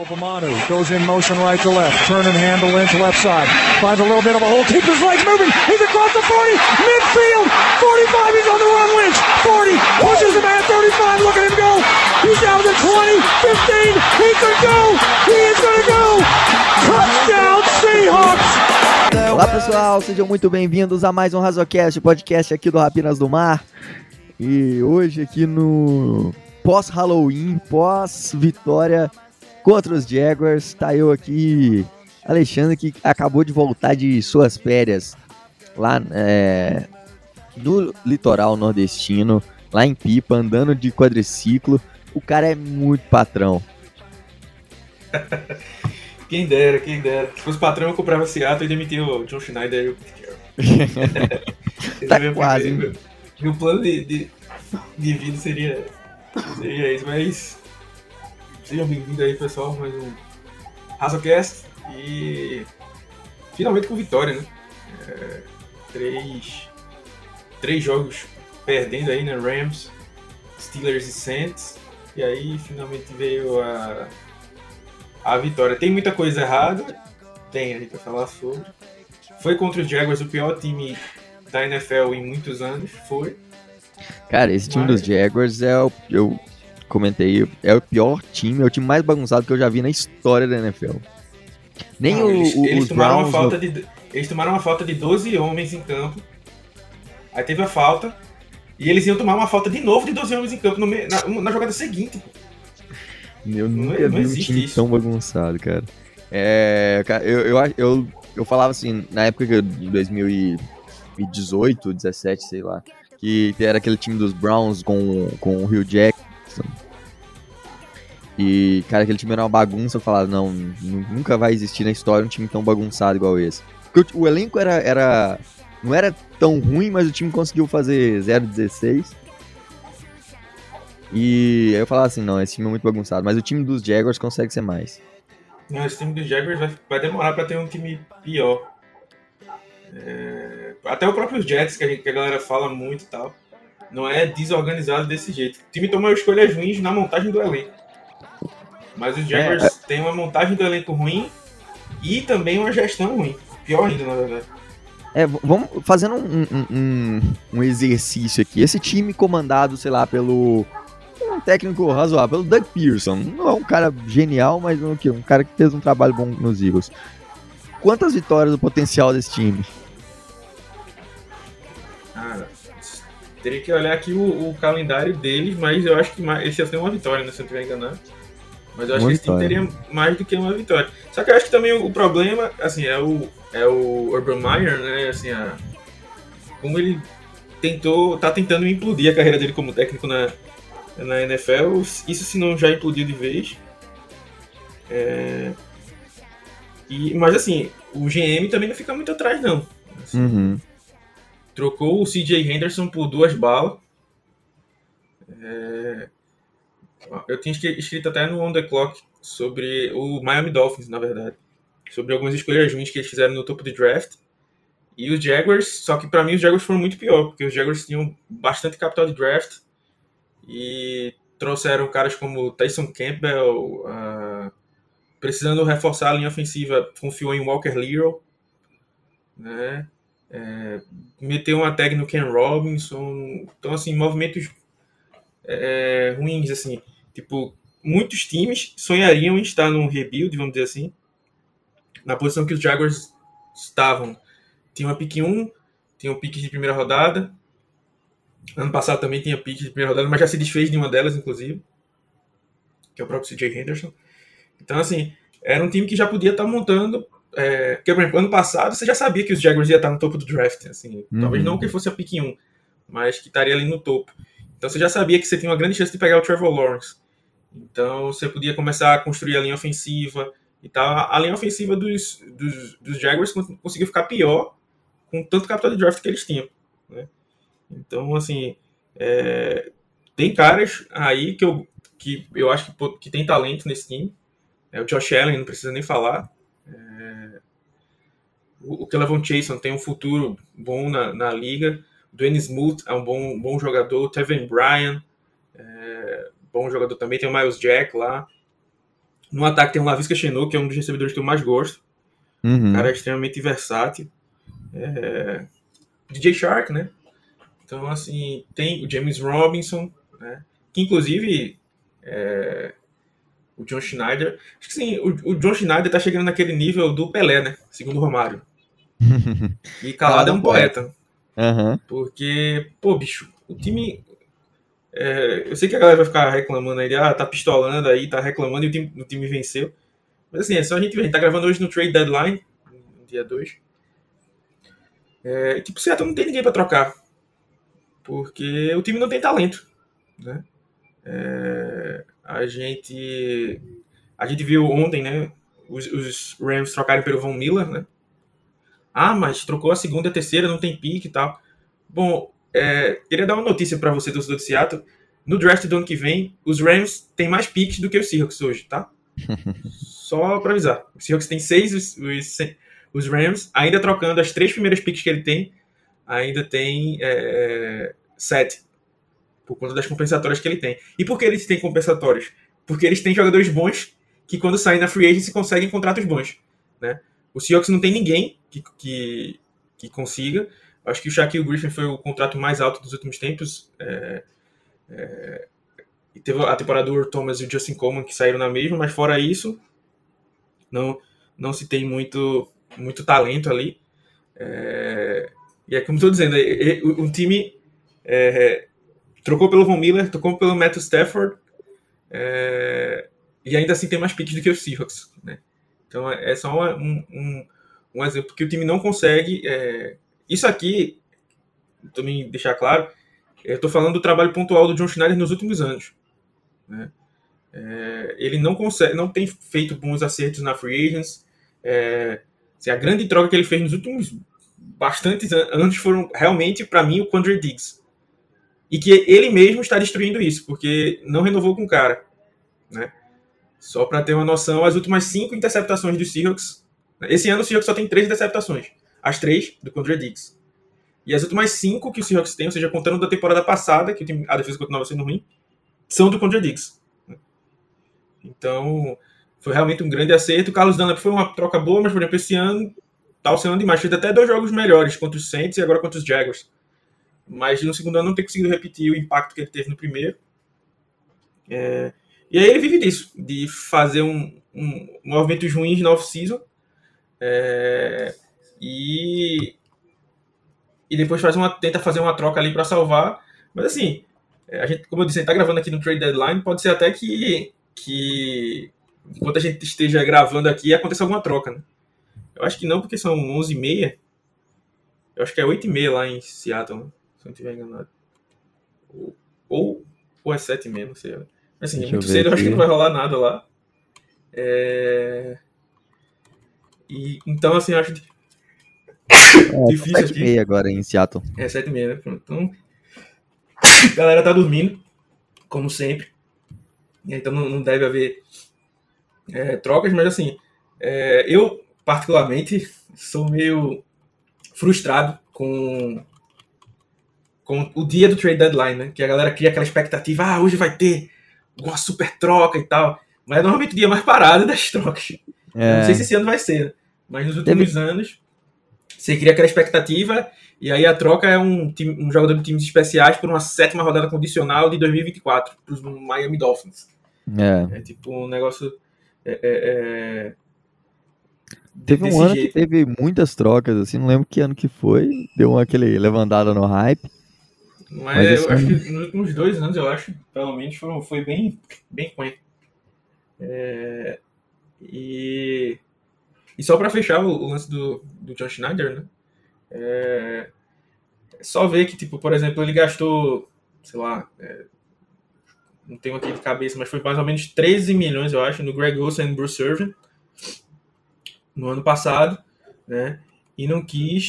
Obamanu goes in motion right to left. Turn and handle into left side. Finds a little bit of a hole. Keeps his legs moving. He's across the 40. Midfield. 45. He's on the run. Lynch. 40. Pushes him at 35. Look at him go. He's down to 20. 15. He could go. He is going to go. Touchdown Seahawks. Olá pessoal, sejam muito bem-vindos a mais um Razocast, o podcast aqui do Rapinas do Mar. E hoje aqui no pós-Halloween, pós-vitória contra os Jaguars, tá eu aqui, Alexandre, que acabou de voltar de suas férias lá no litoral nordestino, lá em Pipa, andando de quadriciclo. O cara é muito patrão. Quem dera. Se fosse patrão, eu comprava Seattle e demitia o John Schneider e o Pete Carroll. Tá quase, hein? Meu plano de vida seria isso, mas sejam bem-vindos aí, pessoal, mais um Razocast e finalmente com vitória, né? Três jogos perdendo aí, né? Rams, Steelers e Saints, e aí finalmente veio a vitória. Tem muita coisa errada, tem a gente vai falar sobre. Foi contra os Jaguars, o pior time da NFL em muitos anos, foi. Cara, esse time dos Jaguars eu comentei, é o pior time, é o time mais bagunçado que eu já vi na história da NFL. Eles tomaram uma falta de 12 homens em campo, aí teve a falta, e eles iam tomar uma falta de novo de 12 homens em campo na jogada seguinte. Eu nunca vi um time tão bagunçado, cara. Eu falava assim, na época de 2018, 17, sei lá, que era aquele time dos Browns com o Hugh Jackson. E, cara, aquele time era uma bagunça. Eu falava, não, nunca vai existir na história um time tão bagunçado igual esse. Porque o elenco não era tão ruim, mas o time conseguiu fazer 0-16. E aí eu falava assim, não, esse time é muito bagunçado. Mas o time dos Jaguars consegue ser mais. Não, esse time dos Jaguars vai demorar pra ter um time pior. Até o próprio Jets, que a galera fala muito e tal, não é desorganizado desse jeito. O time tomou escolhas ruins na montagem do elenco. Mas os Jaguars têm uma montagem do elenco ruim e também uma gestão ruim. Pior ainda, na verdade. Vamos fazendo um exercício aqui. Esse time comandado, sei lá, pelo um técnico razoável, pelo Doug Pearson. Não é um cara genial, mas um cara que fez um trabalho bom nos Eagles. Quantas vitórias o potencial desse time? Cara, teria que olhar aqui o calendário deles, mas eu acho que esse ia ser uma vitória, né, se eu não estiver enganado. Mas eu acho que esse time teria mais do que uma vitória. Só que eu acho que também o problema, assim, é o Urban Meyer, né, assim, como ele tá tentando implodir a carreira dele como técnico na NFL, isso se não já implodiu de vez. Mas assim, o GM também não fica muito atrás, não. Assim, trocou o CJ Henderson por 2 balas. Eu tinha escrito até no On The Clock sobre o Miami Dolphins, na verdade. Sobre algumas escolhas ruins que eles fizeram no topo de draft. E os Jaguars, só que pra mim os Jaguars foram muito pior, porque os Jaguars tinham bastante capital de draft e trouxeram caras como Tyson Campbell, precisando reforçar a linha ofensiva, confiou em Walker Little, né? Meteu uma tag no Ken Robinson. Então, assim, movimentos ruins, assim. Tipo, muitos times sonhariam em estar num rebuild, vamos dizer assim, na posição que os Jaguars estavam. Tinha uma pick 1, tinha um pick de primeira rodada. Ano passado também tinha pick de primeira rodada, mas já se desfez de uma delas, inclusive, que é o próprio CJ Henderson. Então, assim, era um time que já podia estar montando. Porque, por exemplo, ano passado você já sabia que os Jaguars iam estar no topo do draft. Assim, talvez não que fosse a pick 1, mas que estaria ali no topo. Então você já sabia que você tinha uma grande chance de pegar o Trevor Lawrence. Então você podia começar a construir a linha ofensiva e tal. A linha ofensiva dos Jaguars conseguiu ficar pior com tanto capital de draft que eles tinham, né? Então, assim, tem caras aí que eu acho que tem talento nesse time. O Josh Allen, não precisa nem falar. O Kelvin Chason tem um futuro bom na liga. O Dwayne Smoot é um bom jogador. O Tevin Bryan, bom jogador também. Tem o Miles Jack lá. No ataque tem o Laviska Shenault, que é um dos recebedores que eu mais gosto. Uhum. O cara é extremamente versátil. DJ Shark, né? Então, assim, tem o James Robinson, né? Que, inclusive, o John Schneider... Acho que, sim, o John Schneider tá chegando naquele nível do Pelé, né? Segundo o Romário. E calado é um poeta. Uhum. Porque, pô, bicho, o time... eu sei que a galera vai ficar reclamando aí, tá pistolando aí, tá reclamando e o time venceu. Mas assim, é só a gente ver. A gente tá gravando hoje no Trade Deadline, no dia 2. Tipo, certo, não tem ninguém pra trocar. Porque o time não tem talento, né? A gente viu ontem, né? Os Rams trocarem pelo Von Miller, né? Mas trocou a segunda e a terceira, não tem pique e tal. Bom, queria dar uma notícia pra você, torcedor de Seattle. No draft do ano que vem, os Rams têm mais picks do que os Seahawks hoje, tá? Só pra avisar. Os Seahawks têm 6, os Rams, ainda trocando as 3 primeiras picks que ele tem, ainda tem 7. Por conta das compensatórias que ele tem. E por que eles têm compensatórias? Porque eles têm jogadores bons que quando saem na free agency conseguem contratos bons, né? O Seahawks não tem ninguém que consiga. Acho que o Shaquille Griffin foi o contrato mais alto dos últimos tempos. E teve a temporada do Earl Thomas e o Justin Coleman que saíram na mesma, mas fora isso, não se tem muito talento ali. E é como estou dizendo, o time trocou pelo Von Miller, trocou pelo Matthew Stafford, e ainda assim tem mais picks do que os Seahawks, né? Então é só um exemplo que o time não consegue. Isso aqui, também deixar claro, eu estou falando do trabalho pontual do John Schneider nos últimos anos, né? Ele não consegue, não tem feito bons acertos na free agents. A grande troca que ele fez nos últimos bastantes anos foram realmente, para mim, o Quandre Diggs. E que ele mesmo está destruindo isso, porque não renovou com o cara, né? Só para ter uma noção, as últimas 5 interceptações dos Seahawks... Esse ano o Seahawks só tem 3 interceptações. As 3 do Quandre Diggs. E as últimas 5 que o Seahawks tem, ou seja, contando da temporada passada, que a defesa continuava sendo ruim, são do Quandre Diggs. Então, foi realmente um grande acerto. O Carlos Dunlap foi uma troca boa, mas, por exemplo, esse ano tá oscilando demais. Fez até 2 jogos melhores, contra os Saints e agora contra os Jaguars. Mas no segundo ano não tem conseguido repetir o impacto que ele teve no primeiro. E aí ele vive disso, de fazer movimentos ruins na off-season e depois tenta fazer uma troca ali para salvar. Mas assim, a gente, como eu disse, a gente tá gravando aqui no Trade Deadline, pode ser até que enquanto a gente esteja gravando aqui aconteça alguma troca, né? Eu acho que não, porque são 11h30. Eu acho que é 8h30 lá em Seattle, né? Se eu não estiver enganado. Ou é 7h30, não sei. Assim, é muito cedo, eu acho que não vai rolar nada lá. Então, assim, eu acho difícil 7h30 agora em Seattle. 7h30, né? Então, a galera tá dormindo, como sempre. Então não deve haver trocas, mas assim, eu particularmente sou meio frustrado com o dia do trade deadline, né? Que a galera cria aquela expectativa, hoje vai ter uma super troca e tal, mas é normalmente o dia mais parado das trocas. Não sei se esse ano vai ser, mas nos últimos anos você cria aquela expectativa e aí a troca é um jogador de times especiais por uma 7ª rodada condicional de 2024 para os Miami Dolphins. É tipo um negócio teve um ano jeito. Que teve muitas trocas, assim, não lembro que ano que foi, deu aquele levantada no hype. Mas eu acho que nos últimos 2 anos, eu acho, pelo menos, foi bem ruim. E só para fechar o lance do John Schneider, né? Só ver que, tipo, por exemplo, ele gastou, sei lá, não tenho aqui de cabeça, mas foi mais ou menos 13 milhões, eu acho, no Greg Olsen e Bruce Irvin no ano passado, né? E não quis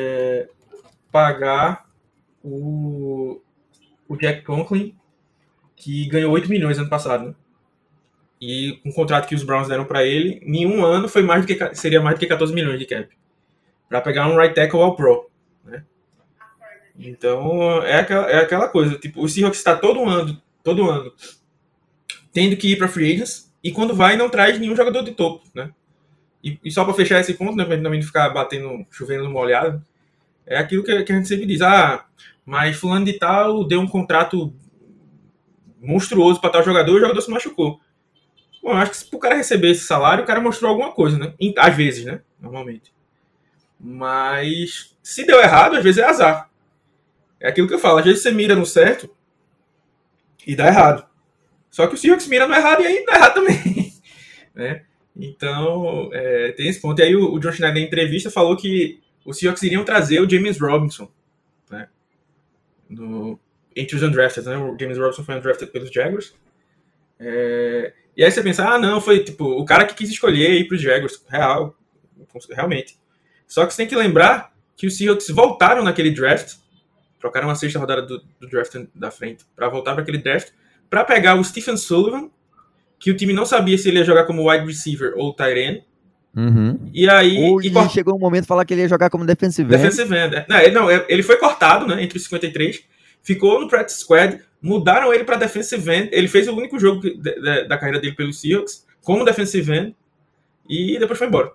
pagar o Jack Conklin, que ganhou 8 milhões ano passado, né? E com o contrato que os Browns deram para ele, nenhum ano seria mais do que 14 milhões de cap para pegar um right tackle all pro, né? Então é aquela coisa, tipo, o Seahawks está todo ano tendo que ir para free agents, e quando vai não traz nenhum jogador de topo, né? E só para fechar esse ponto, né, pra gente também não ficar batendo, chovendo no molhado, é aquilo que a gente sempre diz, mas fulano de tal deu um contrato monstruoso para tal jogador e o jogador se machucou. Bom, eu acho que se o cara receber esse salário, o cara mostrou alguma coisa, né? Às vezes, né? Normalmente. Mas se deu errado, às vezes é azar. É aquilo que eu falo, às vezes você mira no certo e dá errado. Só que o Seahawks mira no errado e aí dá errado também. Né? Então, tem esse ponto. E aí o John Schneider, em entrevista, falou que os Seahawks iriam trazer o James Robinson, né? Entre os undrafted, né? O James Robinson foi undrafted pelos Jaguars. E aí você pensa, não, foi tipo o cara que quis escolher ir para os Jaguars. Realmente. Só que você tem que lembrar que os Seahawks voltaram naquele draft, trocaram a sexta rodada do draft da frente para voltar para aquele draft, para pegar o Stephen Sullivan, que o time não sabia se ele ia jogar como wide receiver ou tight end. E aí... chegou um momento de falar que ele ia jogar como defensive end. Defensive end. Ele foi cortado, né, entre os 53, ficou no practice squad, mudaram ele para defensive end, ele fez o único jogo da carreira dele pelos Seahawks, como defensive end, e depois foi embora.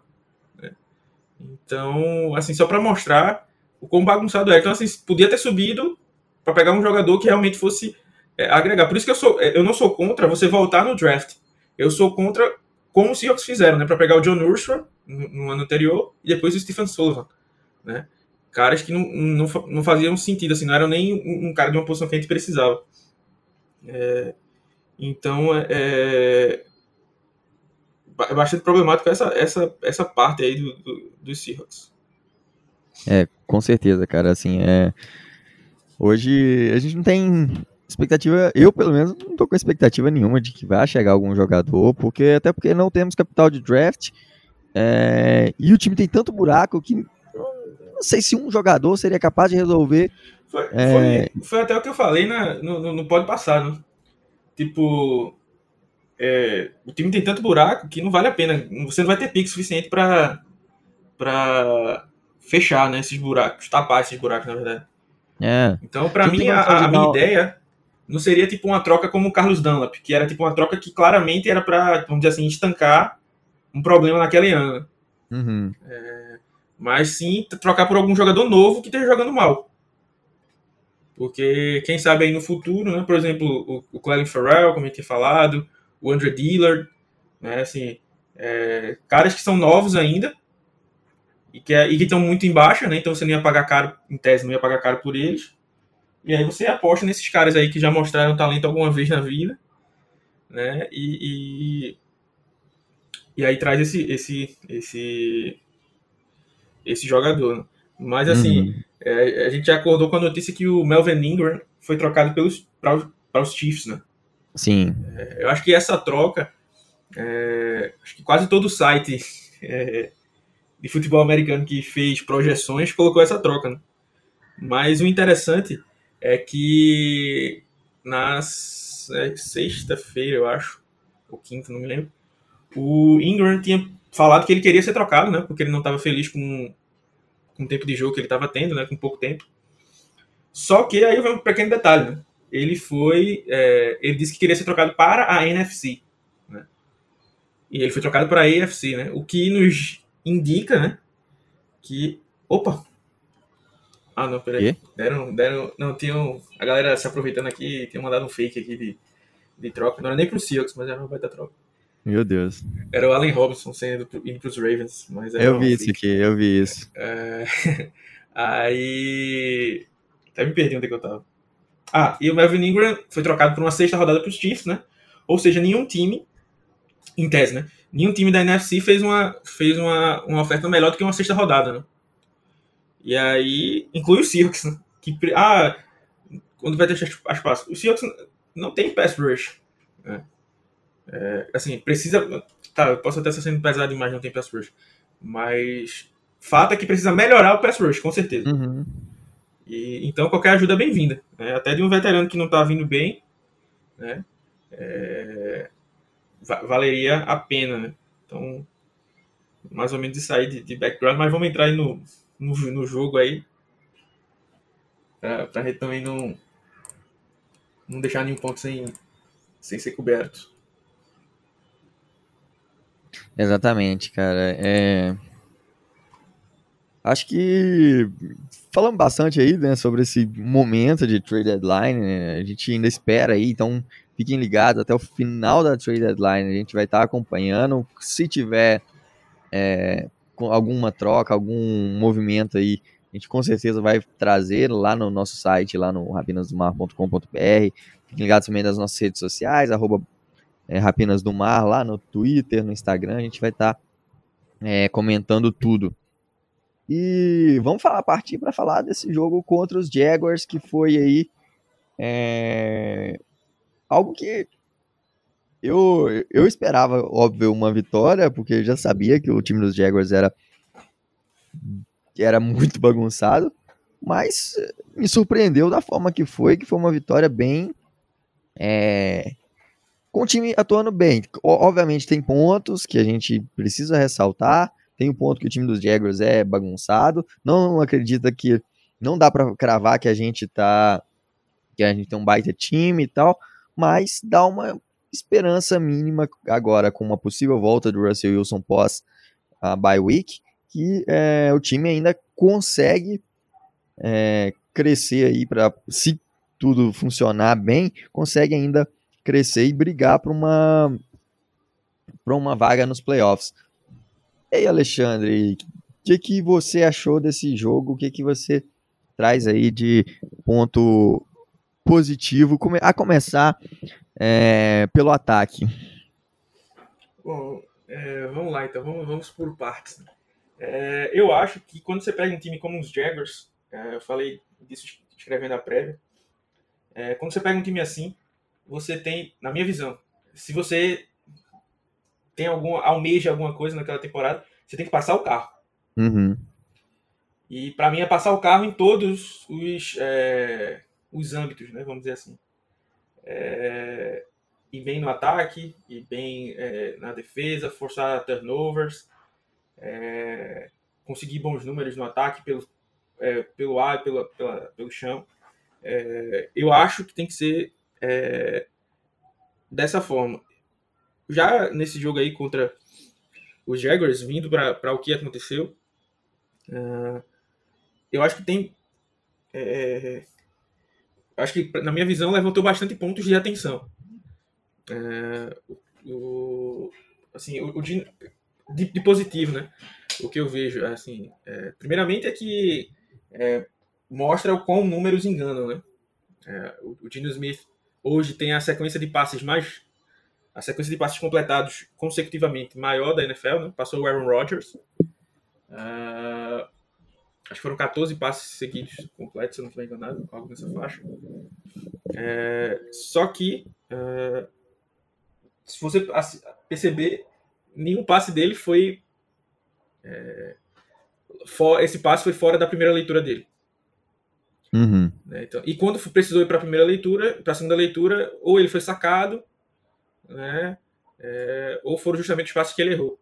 Então, assim, só para mostrar o quão bagunçado é. Então, assim, podia ter subido para pegar um jogador que realmente fosse agregar. Por isso que eu não sou contra você voltar no draft. Eu sou contra como os Seahawks fizeram, né? Para pegar o John Ursula no ano anterior e depois o Stephen Sullivan, né? Caras que não faziam sentido, assim, não eram nem um cara de uma posição que a gente precisava. Então, é bastante problemático essa parte aí dos Seahawks. Com certeza, cara. Assim, hoje a gente não tem expectativa, eu pelo menos não tô com expectativa nenhuma de que vai chegar algum jogador, até porque não temos capital de draft, e o time tem tanto buraco que não sei se um jogador seria capaz de resolver. Foi até o que eu falei no pod passado, né? Tipo, o time tem tanto buraco que não vale a pena, você não vai ter pique suficiente para fechar, né, esses buracos, tapar esses buracos, na verdade. Então, para mim, a minha ideia não seria tipo uma troca como o Carlos Dunlap, que era tipo uma troca que claramente era para, vamos dizer assim, estancar um problema naquele ano. Mas sim trocar por algum jogador novo que esteja jogando mal. Porque quem sabe aí no futuro, né, por exemplo, o Clelin Ferrell, como a gente tinha falado, o Andre Dillard, né, assim, caras que são novos ainda e que estão muito em baixa, né, então você não ia pagar caro, em tese, não ia pagar caro por eles. E aí você aposta nesses caras aí que já mostraram talento alguma vez na vida, né? E aí traz esse jogador. Mas assim, a gente já acordou com a notícia que o Melvin Ingram foi trocado para os Chiefs, né? Sim. Eu acho que essa troca, acho que quase todo site de futebol americano que fez projeções colocou essa troca, né? Mas o interessante é que na sexta-feira, eu acho, ou quinta, não me lembro, o Ingram tinha falado que ele queria ser trocado, né? Porque ele não estava feliz com o tempo de jogo que ele estava tendo, né? Com pouco tempo. Só que aí vem um pequeno detalhe, né? Ele disse que queria ser trocado para a NFC, né? E ele foi trocado para a AFC, né? O que nos indica, né? Que... Opa! Não, peraí. Não, a galera se aproveitando aqui, tinha mandado um fake aqui de troca. Não era nem pro Seahawks, mas era uma baita troca. Meu Deus. Era o Allen Robinson indo pros Ravens. Mas eu vi isso aqui, eu vi isso. Aí... Até me perdi onde é que eu tava. E o Melvin Ingram foi trocado por uma sexta rodada pros Chiefs, né? Ou seja, nenhum time, em tese, né? Nenhum time da NFC fez uma oferta melhor do que uma sexta rodada, né? E aí, inclui o Seahawks, né? Quando vai ter espaço. O Seahawks não tem pass rush. Né? Assim, precisa... Tá, eu posso até estar sendo pesado demais, não tem pass rush. Mas fato é que precisa melhorar o pass rush, com certeza. Então, qualquer ajuda é bem-vinda. Né? Até de um veterano que não tá vindo bem, né? Valeria a pena, né? Então, mais ou menos isso aí de background, mas vamos entrar aí no jogo aí, pra gente também não deixar nenhum ponto sem ser coberto. Exatamente, cara. Acho que falamos bastante aí, né, sobre esse momento de trade deadline, né? A gente ainda espera aí, então fiquem ligados até o final da trade deadline. A gente vai estar acompanhando. Se tiver com alguma troca, algum movimento aí, a gente com certeza vai trazer lá no nosso site, lá no rapinasdomar.com.br. Fiquem ligados também nas nossas redes sociais, Rapinas do Mar, lá no Twitter, no Instagram, a gente vai estar comentando tudo. E vamos partir para falar desse jogo contra os Jaguars, que foi aí algo que eu esperava, óbvio, uma vitória, porque eu já sabia que o time dos Jaguars era muito bagunçado, mas me surpreendeu da forma que foi uma vitória bem com o time atuando bem. Obviamente tem pontos que a gente precisa ressaltar, tem um ponto que o time dos Jaguars é bagunçado, não acredita que não dá para cravar que a gente tem um baita time e tal, mas dá uma esperança mínima agora com uma possível volta do Russell Wilson pós a bye week, que o time ainda consegue crescer aí para, se tudo funcionar bem, consegue ainda crescer e brigar para uma vaga nos playoffs. E aí, Alexandre, o que você achou desse jogo? O que você traz aí de ponto positivo, a começar pelo ataque? Bom, vamos lá então, vamos por partes. Eu acho que quando você pega um time como os Jaguars, eu falei disso escrevendo a prévia, quando você pega um time assim, você tem, na minha visão, se você almeja alguma coisa naquela temporada, você tem que passar o carro. Uhum. E para mim é passar o carro em todos os âmbitos, né, vamos dizer assim. Ir bem no ataque, ir bem na defesa, forçar turnovers, conseguir bons números no ataque pelo ar e pelo chão. Eu acho que tem que ser dessa forma. Já nesse jogo aí contra os Jaguars, vindo para o que aconteceu, eu acho que tem... acho que, na minha visão, levantou bastante pontos de atenção. De positivo, né? O que eu vejo, assim, primeiramente é que mostra o quão números enganam, né? O Geno Smith hoje tem a sequência de passes completados consecutivamente maior da NFL, né? Passou o Aaron Rodgers. Acho que foram 14 passes seguidos completos, se eu não estiver enganado, algo nessa faixa. Só que, se você perceber, nenhum passe dele foi... esse passe foi fora da primeira leitura dele. Uhum. Então, e quando precisou ir para a primeira leitura, para a segunda leitura, ou ele foi sacado, né, ou foram justamente os passes que ele errou.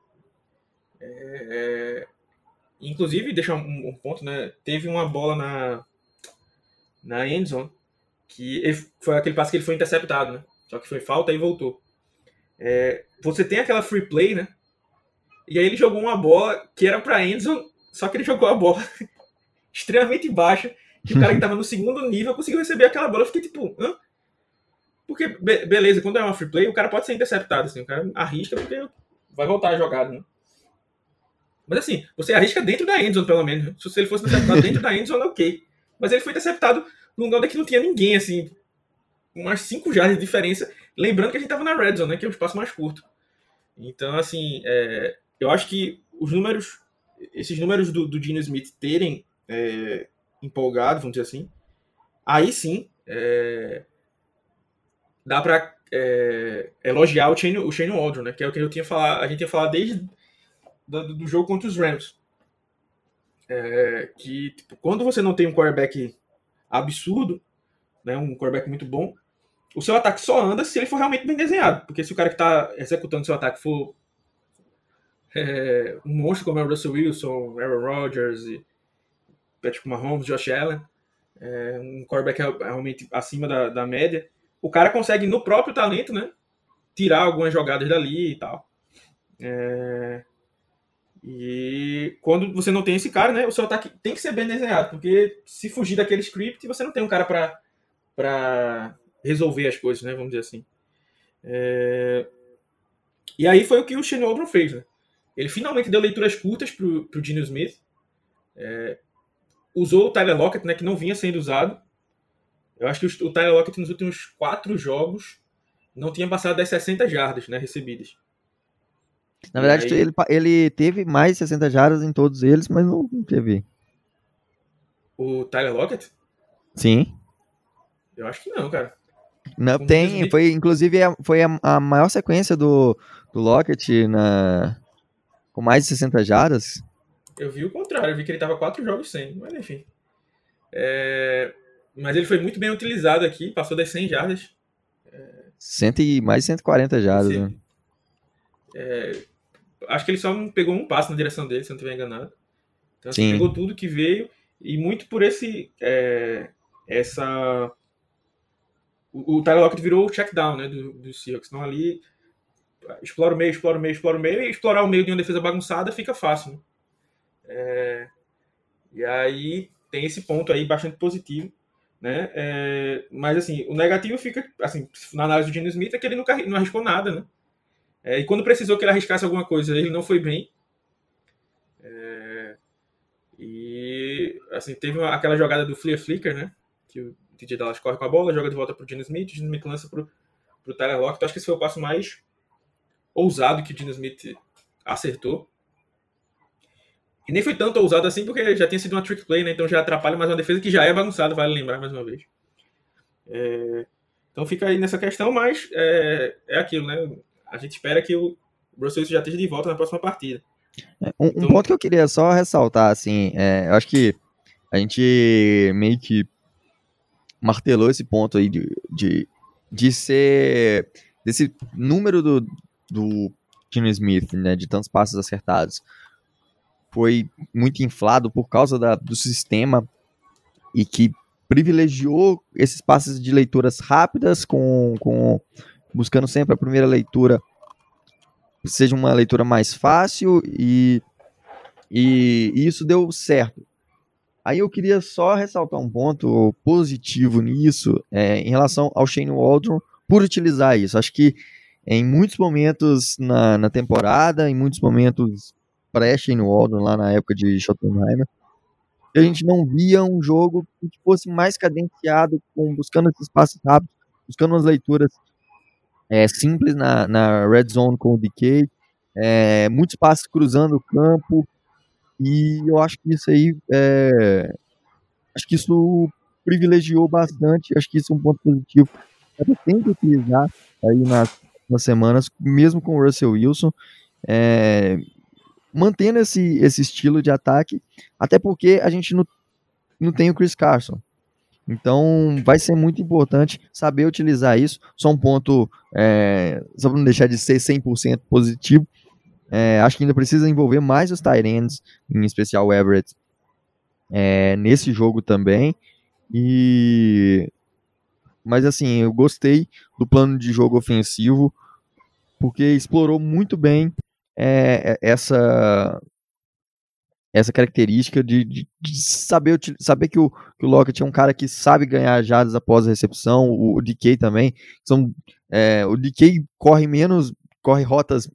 Inclusive, deixa um ponto, né, teve uma bola na endzone, que foi aquele passe que ele foi interceptado, né, só que foi falta e voltou. Você tem aquela free play, né, e aí ele jogou uma bola que era para endzone, só que ele jogou a bola extremamente baixa, que o cara que estava no segundo nível conseguiu receber aquela bola. Eu fiquei tipo, hã? Porque, beleza, quando é uma free play, o cara pode ser interceptado, assim, o cara arrisca porque vai voltar a jogada, né? Mas assim, você arrisca dentro da endzone, pelo menos. Né? Se ele fosse interceptado dentro da endzone, ok. Mas ele foi interceptado num lugar onde não tinha ninguém, assim, umas 5 jardas de diferença. Lembrando que a gente tava na red zone, né, que é um espaço mais curto. Então, assim, eu acho que esses números do Geno Smith terem empolgado, vamos dizer assim, aí sim dá para elogiar o Shane Waldron, né, que é o que a gente tinha falado desde do jogo contra os Rams. Que tipo, quando você não tem um quarterback absurdo, né, um quarterback muito bom, o seu ataque só anda se ele for realmente bem desenhado. Porque se o cara que está executando seu ataque for um monstro como é o Russell Wilson, Aaron Rodgers, Patrick Mahomes, Josh Allen, um quarterback realmente acima da média, o cara consegue, no próprio talento, né, tirar algumas jogadas dali e tal. E quando você não tem esse cara, né, o seu ataque tem que ser bem desenhado, porque se fugir daquele script, você não tem um cara para resolver as coisas, né, vamos dizer assim. E aí foi o que o Shane Waldron fez, né? Ele finalmente deu leituras curtas pro Geno Smith, usou o Tyler Lockett, né, que não vinha sendo usado. Eu acho que o Tyler Lockett nos últimos 4 jogos não tinha passado das 60 jardas, né, recebidas. Na verdade, aí, ele teve mais de 60 jardas em todos eles, mas não teve. O Tyler Lockett? Sim. Eu acho que não, cara. Não, tem, foi inclusive foi a maior sequência do Lockett com mais de 60 jardas. Eu vi o contrário, eu vi que ele tava 4 jogos sem, mas enfim. Mas ele foi muito bem utilizado aqui, passou das 100 jardas. Mais de 140 jardas, né? Acho que ele só não pegou um passo na direção dele, se eu não estiver enganado. Então, Sim. Pegou tudo que veio, e muito por o Tyler Lockett virou o check down, né, do Seahawks. Então ali, explora o meio, e explorar o meio de uma defesa bagunçada fica fácil, né? E aí tem esse ponto aí bastante positivo, né? Mas assim, o negativo fica, assim, na análise do Geno Smith, é que ele não arriscou nada, né? E quando precisou que ele arriscasse alguma coisa, ele não foi bem. E assim, teve aquela jogada do Flea Flicker, né? Que o DJ Dallas corre com a bola, joga de volta pro Geno Smith, o Geno Smith lança pro Tyler Lockett. Então, acho que esse foi o passo mais ousado que o Geno Smith acertou. E nem foi tanto ousado assim, porque já tinha sido uma trick play, né? Então já atrapalha mais uma defesa que já é bagunçada, vale lembrar mais uma vez. Então fica aí nessa questão, mas é aquilo, né? A gente espera que o Russell Wilson já esteja de volta na próxima partida. Um ponto que eu queria só ressaltar, assim, eu acho que a gente meio que martelou esse ponto aí de ser desse número do Geno Smith, né, de tantos passes acertados, foi muito inflado por causa do sistema e que privilegiou esses passes de leituras rápidas, buscando sempre a primeira leitura seja uma leitura mais fácil e isso deu certo. Aí eu queria só ressaltar um ponto positivo nisso, em relação ao Shane Waldron, por utilizar isso. Acho que em muitos momentos na temporada, em muitos momentos pré-Shane Waldron, lá na época de Schottenheimer, a gente não via um jogo que fosse mais cadenciado, buscando esses passes rápidos, buscando umas leituras simples na red zone com o DK, muitos passes cruzando o campo, e eu acho que isso aí acho que isso privilegiou bastante, acho que isso é um ponto positivo. Eu tenho que utilizar aí nas semanas, mesmo com o Russell Wilson, mantendo esse estilo de ataque, até porque a gente não tem o Chris Carson. Então vai ser muito importante saber utilizar isso. Só um ponto, só para não deixar de ser 100% positivo, acho que ainda precisa envolver mais os tight ends, em especial o Everett, nesse jogo também. Mas assim, eu gostei do plano de jogo ofensivo, porque explorou muito bem essa característica de saber que o Lockett é um cara que sabe ganhar jardas após a recepção, o DK também. O DK corre rotas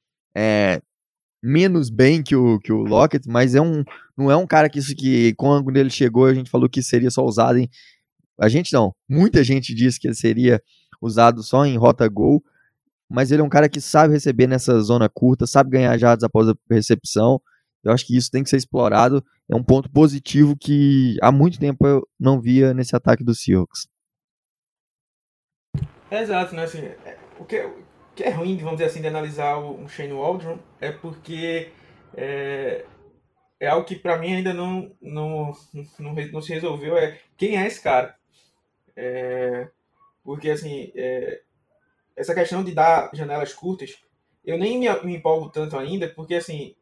menos bem que o Lockett, mas não é um cara que quando ele chegou a gente falou que seria só usado em... A gente não, muita gente disse que ele seria usado só em rota gol, mas ele é um cara que sabe receber nessa zona curta, sabe ganhar jardas após a recepção. Eu acho que isso tem que ser explorado. É um ponto positivo que há muito tempo eu não via nesse ataque do Seahawks. Exato, né? Assim, o que é ruim, vamos dizer assim, de analisar o Shane Waldron é porque é algo que para mim ainda não se resolveu. Quem é esse cara? Porque assim, essa questão de dar janelas curtas, eu nem me empolgo tanto ainda, porque assim,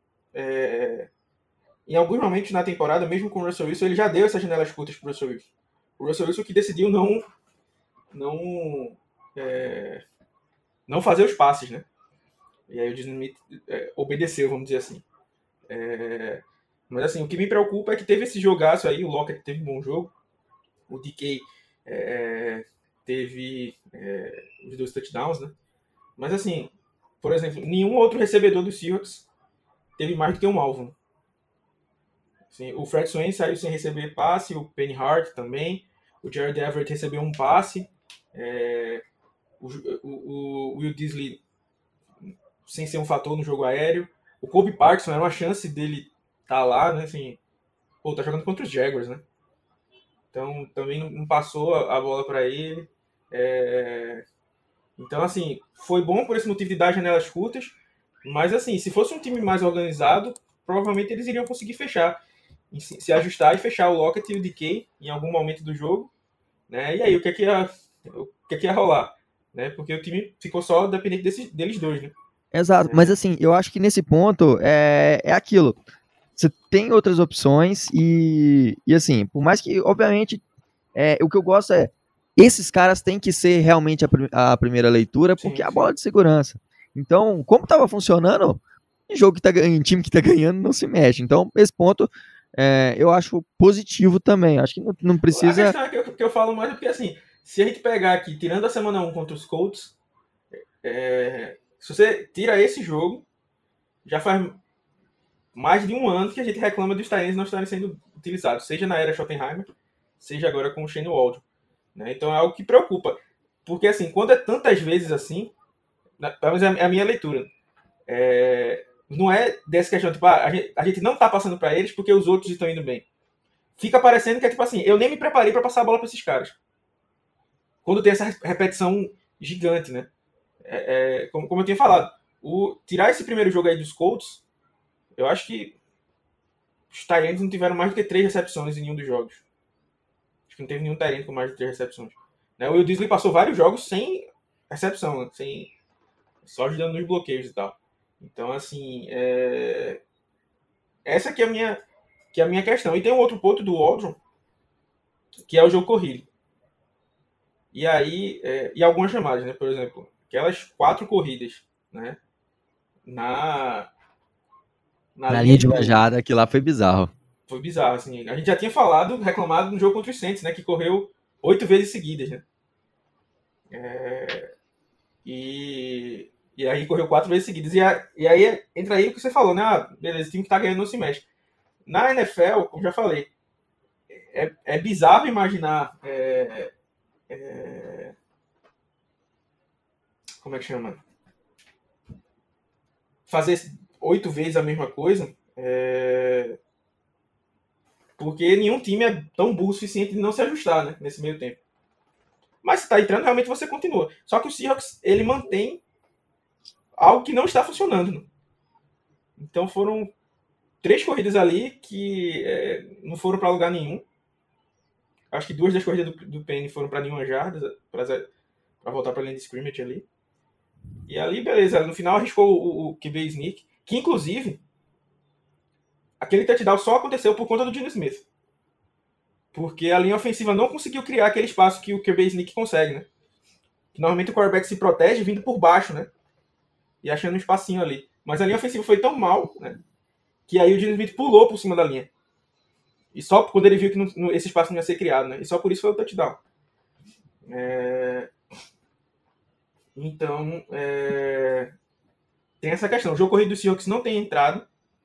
em alguns momentos na temporada, mesmo com o Russell Wilson, ele já deu essas janelas curtas pro Russell Wilson. O Russell Wilson que decidiu não fazer os passes, né? E aí o Disney Smith obedeceu, vamos dizer assim. Mas assim, o que me preocupa é que teve esse jogaço aí, o Lockett teve um bom jogo, o DK teve os 2 touchdowns, né? Mas assim, por exemplo, nenhum outro recebedor do Seahawks teve mais do que um alvo. Né? Assim, o Fred Swain saiu sem receber passe, o Penny Hart também, o Jared Everett recebeu um passe, o Will Disley sem ser um fator no jogo aéreo, o Kobe Parkinson era uma chance dele estar lá, né? Assim, tá jogando contra os Jaguars, né? Então também não passou a bola para ele. Então, assim, foi bom por esse motivo de dar janelas curtas, mas, assim, se fosse um time mais organizado, provavelmente eles iriam conseguir fechar, se ajustar e fechar o Lockett e o DK em algum momento do jogo, né? E aí, o que é que ia rolar? Né? Porque o time ficou só dependente deles dois, né? Exato, mas assim, eu acho que nesse ponto é aquilo. Você tem outras opções e assim, por mais que, obviamente, o que eu gosto esses caras têm que ser realmente a primeira leitura, porque Sim, é a bola de segurança. Então, como estava funcionando, em time que está ganhando não se mexe. Então, esse ponto eu acho positivo também. Acho que não precisa. A questão que eu falo mais é porque, assim, se a gente pegar aqui, tirando a semana 1 contra os Colts, se você tira esse jogo, já faz mais de um ano que a gente reclama dos Tyrants não estarem sendo utilizados, seja na era Schottenheimer, seja agora com o Shane Waldron. Né? Então é algo que preocupa. Porque, assim, quando é tantas vezes assim, pelo menos é a minha leitura, não é dessa questão, tipo, a gente não tá passando para eles porque os outros estão indo bem. Fica parecendo que é tipo assim, eu nem me preparei para passar a bola para esses caras. Quando tem essa repetição gigante, né? Como eu tinha falado, tirar esse primeiro jogo aí dos Colts, eu acho que os Tyrants não tiveram mais do que 3 recepções em nenhum dos jogos. Acho que não teve nenhum Tyrant com mais de 3 recepções. Né? O Will Disley passou vários jogos sem recepção, né? Só ajudando nos bloqueios e tal. Então, assim, essa que é a minha questão. E tem um outro ponto do Waldron, que é o jogo corrido. E aí, e algumas chamadas, né? Por exemplo, aquelas 4 corridas, né? Na linha de manjada, que lá foi bizarro. Foi bizarro, assim. A gente já tinha reclamado no jogo contra os Saints, né? Que correu 8 vezes seguidas, né? E aí correu 4 vezes seguidas. E aí entra aí o que você falou, né? Beleza, o time que tá ganhando não se mexe. Na NFL, como já falei, é bizarro imaginar. Como é que chama? Fazer 8 vezes a mesma coisa. Porque nenhum time é tão burro o suficiente de não se ajustar, né? Nesse meio tempo. Mas se tá entrando, realmente você continua. Só que o Seahawks, ele mantém algo que não está funcionando. Né? Então foram 3 corridas ali que não foram para lugar nenhum. Acho que 2 das corridas do Penny foram para nenhuma jarda, para voltar para a linha de scrimmage ali. E ali, beleza. No final arriscou o QB Sneak, que inclusive aquele touchdown só aconteceu por conta do Geno Smith. Porque a linha ofensiva não conseguiu criar aquele espaço que o QB Sneak consegue, né? Que normalmente o quarterback se protege vindo por baixo, né? E achando um espacinho ali. Mas a linha ofensiva foi tão mal, né? Que aí o Geno Smith pulou por cima da linha. E só quando ele viu que esse espaço não ia ser criado, né? E só por isso foi o touchdown. Então, tem essa questão. O jogo corrido do Seahawks não tem entrado.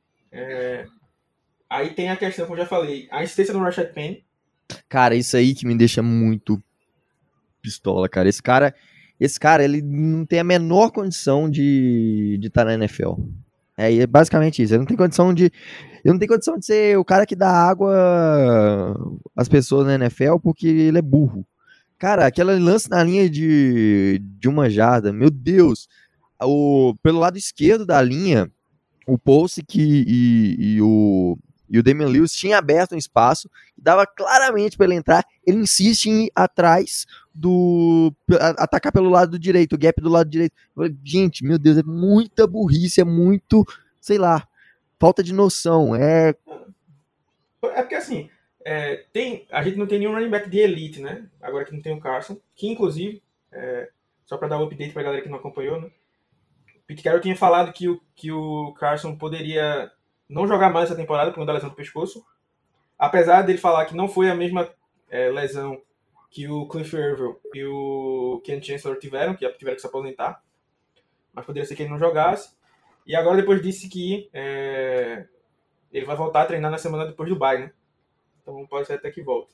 Aí tem a questão, como eu já falei, a insistência no Rashad Penny. Cara, isso aí que me deixa muito pistola, cara. Esse cara, ele não tem a menor condição de estar na NFL. É basicamente isso. Ele não tem condição de ser o cara que dá água às pessoas na NFL porque ele é burro. Cara, aquele lance na linha de uma jarda, meu Deus. Pelo lado esquerdo da linha, o Pulsic e o Damian Lewis tinha aberto um espaço, dava claramente para ele entrar. Ele insiste em ir atrás atacar pelo lado direito, o gap do lado direito. Gente, meu Deus, é muita burrice, é muito, sei lá, falta de noção. Porque assim, a gente não tem nenhum running back de elite, né? Agora que não tem o Carson, que inclusive, só para dar um update pra galera que não acompanhou, né? Pete Carroll tinha falado que o Carson poderia não jogar mais essa temporada por conta da lesão do pescoço. Apesar dele falar que não foi a mesma lesão que o Cliff Irville e o Ken Chancellor tiveram, que tiveram que se aposentar. Mas poderia ser que ele não jogasse. E agora depois disse que ele vai voltar a treinar na semana depois do bye, né? Então pode ser até que volte.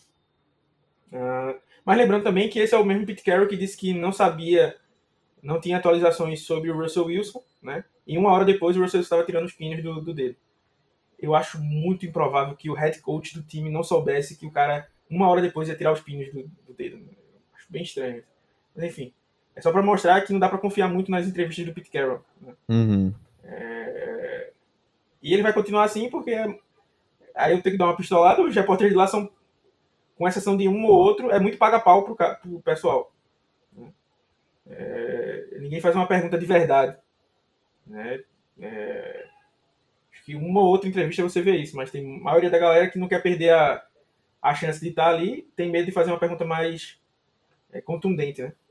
Mas lembrando também que esse é o mesmo Pete Carroll que disse que não sabia, não tinha atualizações sobre o Russell Wilson, né? E uma hora depois o Russell Wilson estava tirando os pinos do dedo. Eu acho muito improvável que o head coach do time não soubesse que o cara, uma hora depois, ia tirar os pinos do dedo. Acho bem estranho. Mas enfim, é só para mostrar que não dá para confiar muito nas entrevistas do Pete Carroll, né? Uhum. E ele vai continuar assim porque aí eu tenho que dar uma pistolada. Os repórteres de lá são, com exceção de um ou outro, é muito paga-pau pro pessoal. Ninguém faz uma pergunta de verdade, né? Acho que uma ou outra entrevista você vê isso, mas tem a maioria da galera que não quer perder a chance de estar ali, tem medo de fazer uma pergunta mais contundente, né?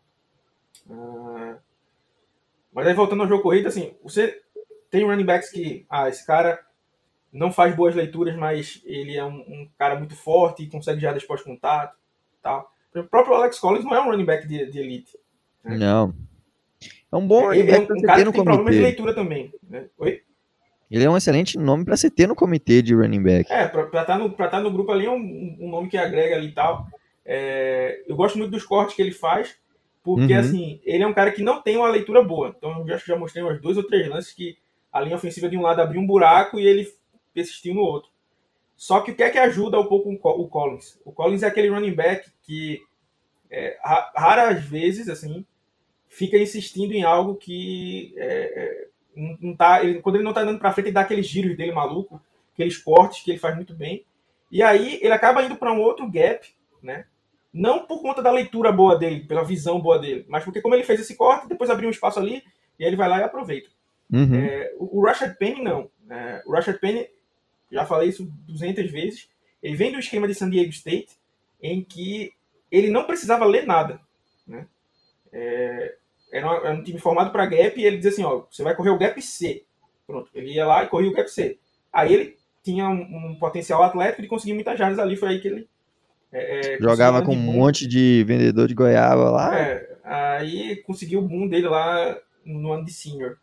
Mas aí voltando ao jogo corrido, assim, você tem running backs que, esse cara não faz boas leituras, mas ele é um cara muito forte e consegue jardas pós-contato, tal. O próprio Alex Collins não é um running back de elite. Né? Não. É um bom running Ele é back pra um você cara ter que no tem problemas de comitê. leitura também. Né? Oi? Ele é um excelente nome pra você ter no comitê de running back. Pra estar no grupo ali é um nome que agrega ali e tal. Eu gosto muito dos cortes que ele faz, porque assim, ele é um cara que não tem uma leitura boa. Então eu já mostrei umas 2 ou 3 lances que a linha ofensiva de um lado abriu um buraco e ele persistiu no outro. Só que o que é que ajuda um pouco o Collins? O Collins é aquele running back que raras vezes assim fica insistindo em algo que não tá, quando ele não tá andando para frente, ele dá aqueles giros dele maluco, aqueles cortes que ele faz muito bem. E aí ele acaba indo para um outro gap, né? Não por conta da leitura boa dele, pela visão boa dele, mas porque como ele fez esse corte, depois abriu um espaço ali e aí ele vai lá e aproveita. O Rashad Penny não. O Rashad Penny, já falei isso 200 vezes, ele vem do esquema de San Diego State, em que ele não precisava ler nada, né? Era um time formado para gap e ele dizia assim, você vai correr o gap C. Pronto, ele ia lá e corria o gap C. Aí ele tinha um potencial atlético de conseguir muitas jardas ali, foi aí que ele jogava com um monte de vendedor de goiaba lá. Aí conseguiu o boom dele lá no ano de senior.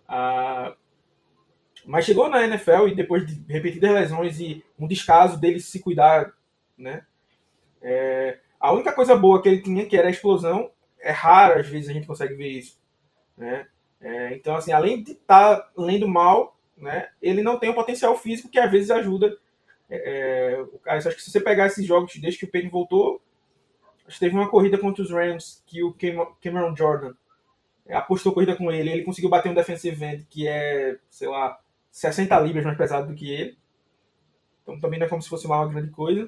Mas chegou na NFL e depois de repetidas lesões e um descaso dele se cuidar, né? A única coisa boa que ele tinha, que era a explosão, é raro às vezes a gente consegue ver isso, né? Então, assim, além de estar lendo mal, né, ele não tem o potencial físico que às vezes ajuda. Acho que se você pegar esses jogos desde que o Peyton voltou, acho que teve uma corrida contra os Rams que o Cameron Jordan apostou corrida com ele, ele conseguiu bater um defensive end que é, sei lá, 60 libras mais pesado do que ele. Então também não é como se fosse uma grande coisa.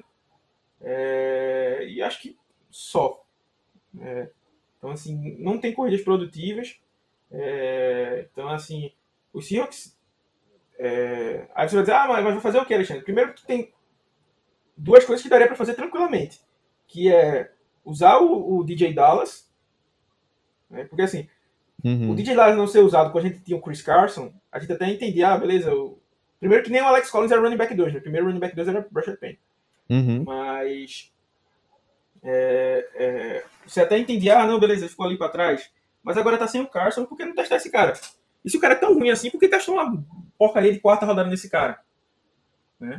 E acho que só. Então, assim, não tem corridas produtivas. Então, assim, o Seahawks... aí você vai dizer, mas vai fazer o que, Alexandre? Primeiro que tem 2 coisas que daria para fazer tranquilamente. Que é usar o DJ Dallas. Né? Porque, assim, o DJ Dallas não ser usado quando a gente tinha o Chris Carson, a gente até entendia, beleza. Primeiro que nem o Alex Collins era running back 2, né? O primeiro running back 2 era Rashad Penny. Mas... você até entendia, não, beleza, ele ficou ali para trás. Mas agora tá sem o Carson, por que não testar esse cara? E se o cara é tão ruim assim, por que testou uma porcaria de 4ª rodada nesse cara? Né?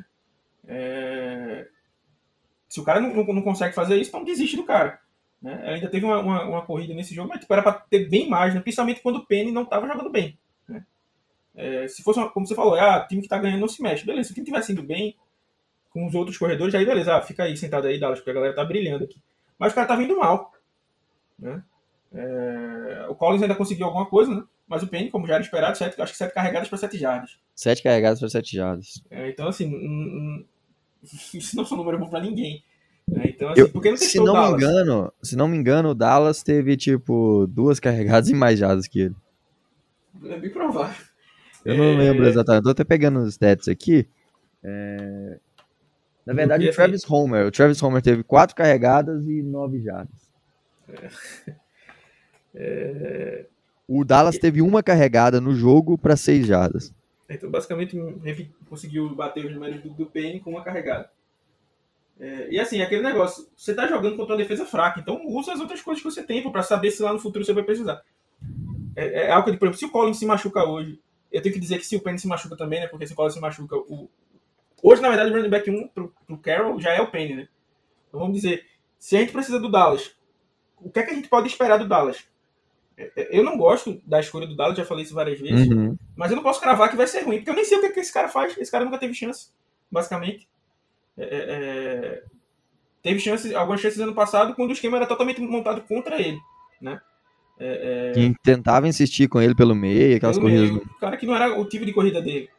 Se o cara não consegue fazer isso, então desiste do cara. Né? Ainda teve uma corrida nesse jogo, mas tipo, era para ter bem mais, né? Principalmente quando o Penny não estava jogando bem. Né? Se fosse, como você falou, time que tá ganhando não se mexe. Beleza, se o time tivesse indo bem com os outros corredores, aí beleza, fica aí sentado aí, Dallas, porque a galera tá brilhando aqui. Mas o cara tá vindo mal. Né? O Collins ainda conseguiu alguma coisa, né? Mas o Penny, como já era esperado, acho que 7 carregadas para 7 jardas. 7 carregadas para 7 jardas. Então, assim, isso não é um número bom para ninguém. Então, assim, porque não testou o Dallas? Se não me engano, o Dallas teve, tipo, 2 carregadas e mais jardas que ele. É bem provável. Eu não lembro exatamente. Tô até pegando os stats aqui. Na verdade, o Travis Homer teve 4 carregadas e 9 jardas. O Dallas teve uma carregada no jogo para 6 jardas. Então, basicamente, conseguiu bater os números do Penny com uma carregada. E assim, aquele negócio, você tá jogando contra uma defesa fraca, então usa as outras coisas que você tem para saber se lá no futuro você vai precisar. É algo que, por exemplo, se o Collins se machuca hoje, eu tenho que dizer que se o Penny se machuca também, né? Porque se o Collins se machuca, hoje, na verdade, o running back 1 pro Carroll já é o Penny, né? Então vamos dizer, se a gente precisa do Dallas, o que é que a gente pode esperar do Dallas? Eu não gosto da escolha do Dallas, já falei isso várias vezes, mas eu não posso cravar que vai ser ruim, porque eu nem sei o que esse cara faz. Esse cara nunca teve chance, basicamente. Teve algumas chances ano passado, quando o esquema era totalmente montado contra ele, né? Que tentava insistir com ele pelo meio, aquelas corridas. O cara que não era o tipo de corrida dele.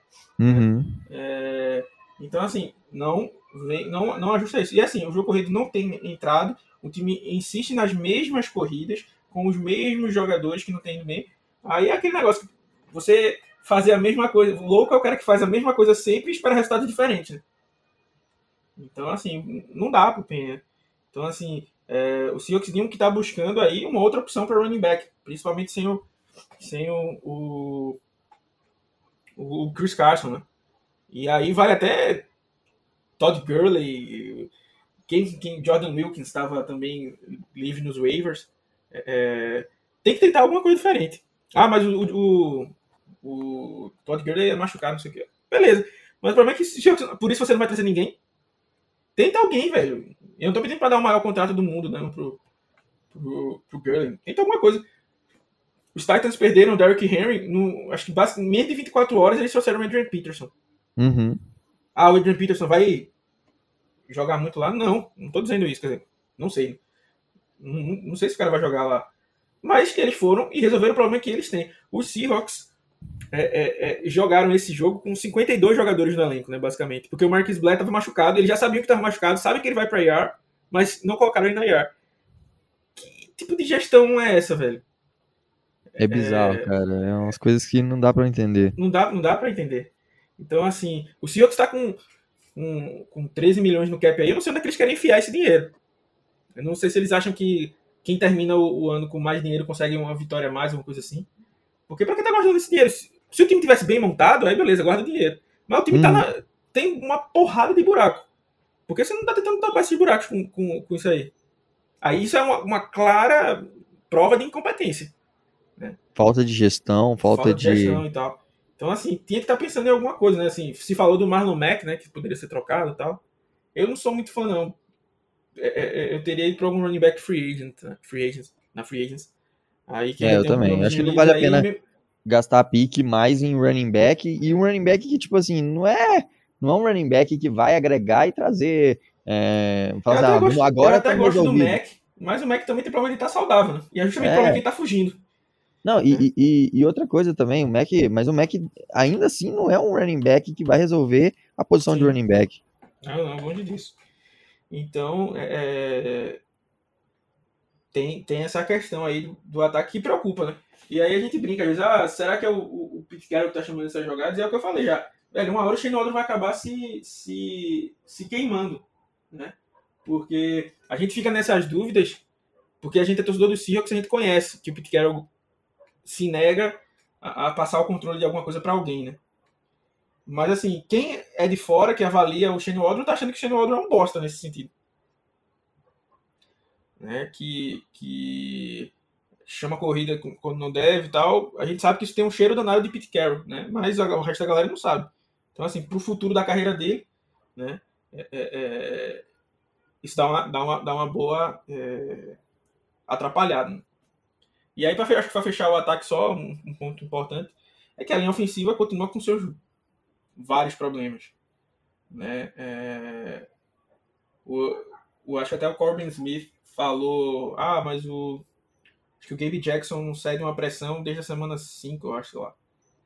Então, assim, não ajusta isso. E assim, o jogo corrido não tem entrado, o time insiste nas mesmas corridas, com os mesmos jogadores que não tem indo bem. Aí é aquele negócio que você fazer a mesma coisa. O louco é o cara que faz a mesma coisa sempre e espera resultado diferente, né? Então, assim, não dá pro Penha. Então, assim, o Seahawks tinha que tá buscando aí uma outra opção para running back, principalmente sem o Chris Carson, né? E aí vale até Todd Gurley, quem Jordan Wilkins estava também livre nos waivers. Tem que tentar alguma coisa diferente. Mas o Todd Gurley é machucado, não sei o que. Beleza. Mas o problema é que por isso você não vai trazer ninguém. Tenta alguém, velho. Eu não tô pedindo pra dar o maior contrato do mundo, né, pro Gurley. Tenta alguma coisa. Os Titans perderam o Derrick Henry, acho que em menos de 24 horas eles trouxeram o Adrian Peterson. O Adrian Peterson vai jogar muito lá? Não tô dizendo isso, quer dizer, não sei. Não sei se o cara vai jogar lá. Mas eles foram e resolveram o problema que eles têm. Os Seahawks jogaram esse jogo com 52 jogadores no elenco, né, basicamente. Porque o Marquise Black estava machucado, eles já sabiam que estava machucado, sabem que ele vai para IR, mas não colocaram ele na IR. Que tipo de gestão é essa, velho? É bizarro, cara. É umas coisas que não dá para entender. Não dá para entender. Então, assim, o Seahawks está com 13 milhões no cap aí, eu não sei onde é que eles querem enfiar esse dinheiro. Eu não sei se eles acham que quem termina o ano com mais dinheiro consegue uma vitória a mais, uma coisa assim. Porque pra que tá guardando esse dinheiro? Se o time tivesse bem montado, aí beleza, guarda dinheiro. Mas o time tem uma porrada de buraco. Por que você não tá tentando tapar esses buracos com isso aí? Aí isso é uma clara prova de incompetência. Né? Falta de gestão, falta de gestão e tal. Então, assim, tinha que estar pensando em alguma coisa, né? Assim, se falou do Marlon Mack, né? Que poderia ser trocado e tal. Eu não sou muito fã, não. Eu teria ido para algum running back free agents. Aí, eu também. Acho que não vale a pena gastar pique mais em running back. E um running back que, tipo assim, não é um running back que vai agregar e trazer. Eu até gosto do Mac, mas o Mac também tem problema de estar saudável, né? E é justamente o problema de estar fugindo. Não, e outra coisa também, o Mac ainda assim não é um running back que vai resolver a posição de running back. Não, longe disso. Então, tem essa questão aí do ataque que preocupa, né? E aí a gente brinca, às vezes, será que é o Pete Carroll que tá chamando essas jogadas? E é o que eu falei já. Velho, uma hora o Shane Waldron vai acabar se queimando, né? Porque a gente fica nessas dúvidas, porque a gente é torcedor do Seahawks, a gente conhece que o Pete Carroll se nega a passar o controle de alguma coisa para alguém, né? Mas, assim, quem é de fora, que avalia o Shane Waldron, tá achando que o Shane Waldron é um bosta nesse sentido. Né? Que chama corrida quando não deve e tal. A gente sabe que isso tem um cheiro danado de Pete Carroll, né? Mas o resto da galera não sabe. Então, assim, pro futuro da carreira dele, né? Isso dá uma boa atrapalhada. Né? E aí, acho que para fechar o ataque só, um ponto importante, é que a linha ofensiva continua com seus vários problemas. Né? Acho que até o Corbin Smith falou, mas acho que o Gabe Jackson cede uma pressão desde a semana 5, eu acho, lá.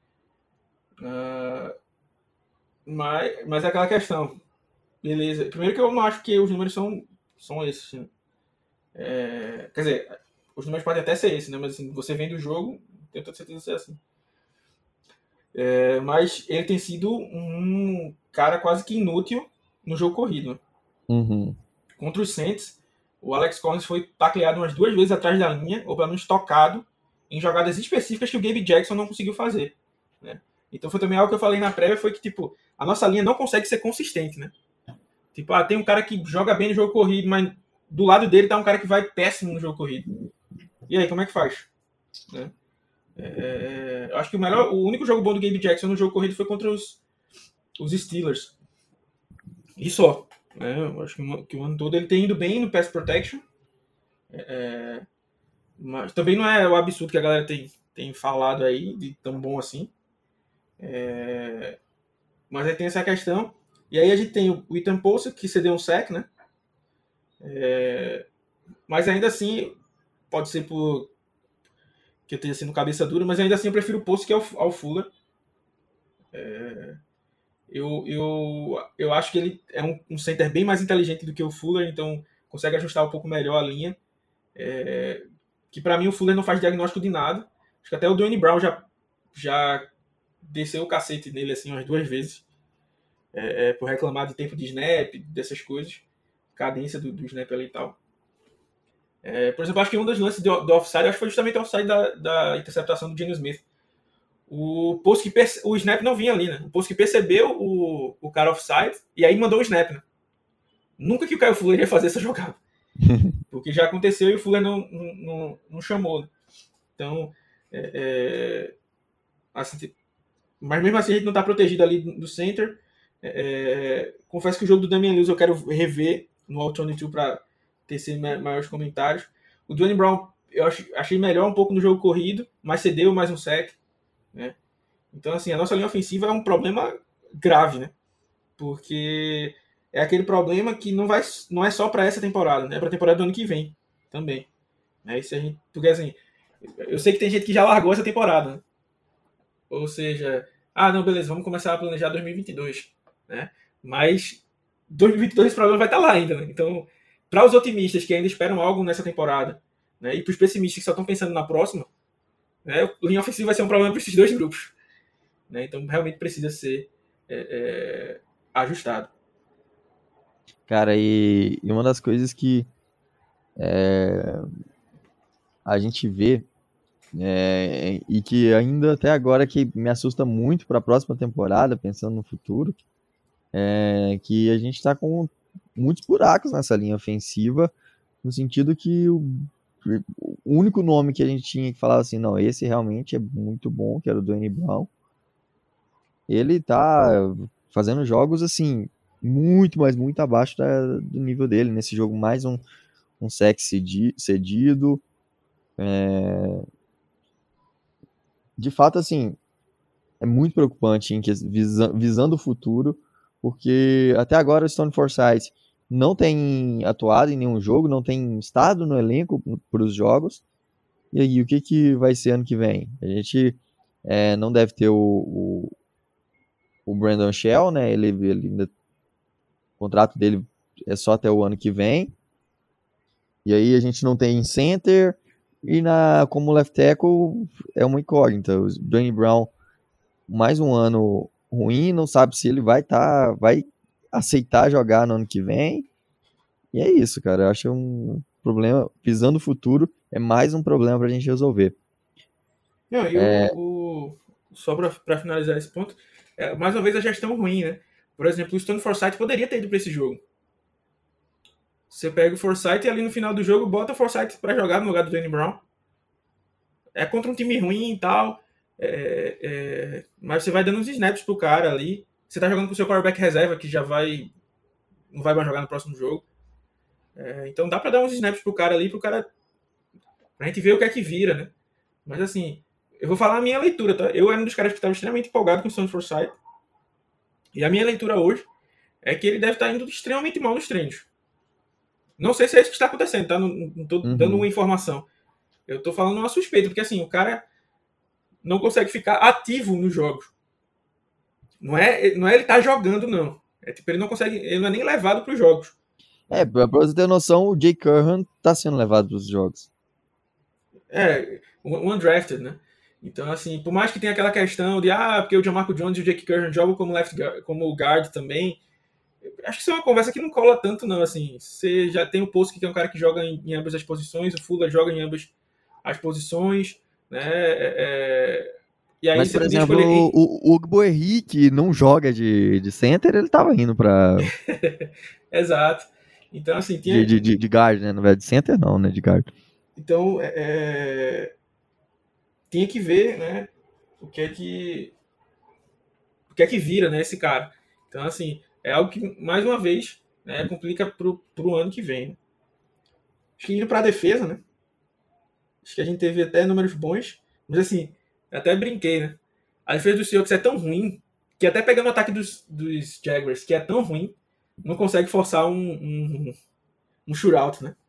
Mas é aquela questão. Beleza. Primeiro que eu não acho que os números são esses. Né? Quer dizer, os números podem até ser esses, né? Mas assim, você vendo o jogo, tenho toda certeza de ser assim. Mas ele tem sido um cara quase que inútil no jogo corrido. Né? Uhum. Contra os Saints, o Alex Collins foi tacleado umas 2 vezes atrás da linha, ou pelo menos tocado, em jogadas específicas que o Gabe Jackson não conseguiu fazer, né? Então foi também algo que eu falei na prévia, foi que, tipo, a nossa linha não consegue ser consistente, né? Tipo, tem um cara que joga bem no jogo corrido, mas do lado dele tá um cara que vai péssimo no jogo corrido. E aí, como é que faz? Né? Eu acho que o único jogo bom do Gabe Jackson no jogo corrido foi contra os Steelers. E só. Né? Eu acho que o ano todo ele tem ido bem no pass protection. Mas também não é o absurdo que a galera tem falado aí, de tão bom assim. Mas aí tem essa questão. E aí a gente tem o Ethan Poulsen, que cedeu um sack, né? Mas ainda assim, pode ser por que eu tenha sido cabeça dura, mas ainda assim eu prefiro o Poulsen que ao Fuller. Eu acho que ele é um center bem mais inteligente do que o Fuller, então consegue ajustar um pouco melhor a linha. Que para mim o Fuller não faz diagnóstico de nada. Acho que até o Dwayne Brown já desceu o cacete nele assim umas 2 vezes. Por reclamar de tempo de snap, dessas coisas. Cadência do snap ali e tal. Por exemplo, acho que um dos lances do offside, acho que foi justamente o offside da interceptação do Geno Smith. O snap não vinha ali, né? O Post que percebeu o cara offside e aí mandou o snap, né? Nunca que o Kyle Fuller ia fazer essa jogada. Porque já aconteceu e o Fuller não chamou. Né? Então, assim, mas mesmo assim a gente não tá protegido ali do center. Confesso que o jogo do Damian Lewis eu quero rever no All-22 para tecer maiores comentários. O Dwayne Brown eu achei melhor um pouco no jogo corrido, mas cedeu mais um sack. Né? Então, assim, a nossa linha ofensiva é um problema grave, né? Porque é aquele problema que não é só para essa temporada, né? É para a temporada do ano que vem também. Né? Porque, assim, eu sei que tem gente que já largou essa temporada, né? Ou seja, não, beleza, vamos começar a planejar 2022, né? Mas 2022 esse problema vai estar lá ainda, né? Então, para os otimistas que ainda esperam algo nessa temporada, né? E para os pessimistas que só estão pensando na próxima, né? A linha ofensiva vai ser um problema para esses 2 grupos. Né? Então, realmente precisa ser ajustado. Cara, e uma das coisas que a gente vê e que ainda até agora que me assusta muito para a próxima temporada, pensando no futuro, é que a gente está com muitos buracos nessa linha ofensiva, no sentido que o único nome que a gente tinha que falar assim, não, esse realmente é muito bom, que era o Dwayne Brown, ele tá fazendo jogos assim, muito, mas muito abaixo do nível dele, nesse jogo mais um sack cedido, de fato, assim, é muito preocupante visando o futuro, porque até agora o Stone Forsythe não tem atuado em nenhum jogo, não tem estado no elenco para os jogos. E aí, o que vai ser ano que vem? A gente não deve ter o Brandon Shell, né? Ele ainda, o contrato dele é só até o ano que vem. E aí a gente não tem center. E como left tackle é uma incógnita. O Dwayne Brown, mais um ano ruim, não sabe se ele vai aceitar jogar no ano que vem. E é isso, cara. Eu acho um problema, visando o futuro, é mais um problema pra gente resolver. Não, e só para finalizar esse ponto, mais uma vez a gestão ruim, né? Por exemplo, o Stone Forsythe poderia ter ido para esse jogo. Você pega o Forsythe e ali no final do jogo bota o Forsythe para jogar no lugar do Dwayne Brown. É contra um time ruim e tal, mas você vai dando uns snaps pro cara ali. Você tá jogando com o seu quarterback reserva, que não vai mais jogar no próximo jogo. Então dá para dar uns snaps pro cara ali, pra gente ver o que é que vira, né? Mas assim, eu vou falar a minha leitura, tá? Eu era um dos caras que estava extremamente empolgado com o Stone Forsythe. E a minha leitura hoje é que ele deve estar indo extremamente mal nos treinos. Não sei se é isso que está acontecendo, tá? Não tô dando uma informação. Eu tô falando uma suspeita, porque assim, o cara não consegue ficar ativo nos jogos. Não é ele estar jogando, não. Tipo, ele não é nem levado para os jogos. Pra você ter noção, o Jay Curran tá sendo levado para os jogos. Undrafted, né? Então, assim, por mais que tenha aquela questão de porque o Jamarco Jones e o Jake Curran jogam como guard também, acho que isso é uma conversa que não cola tanto, não. Assim, você já tem o Post, que é um cara que joga em ambas as posições, o Fuller joga em ambas as posições, E aí Mas, você por podia exemplo, escolher... o Ogbo Henrique não joga de center, ele tava indo pra... Exato. Então, assim, de guard, né? Não é de center, não, né? De guard. Então, tinha que ver, né, o que é que vira, né, esse cara. Então, assim, é algo que, mais uma vez, né, complica pro ano que vem. Né? Acho que indo pra defesa, né, acho que a gente teve até números bons, mas, assim, eu até brinquei, né, a defesa do Seahawks é tão ruim que até pegando o ataque dos Jaguars, que é tão ruim, não consegue forçar um shootout, né.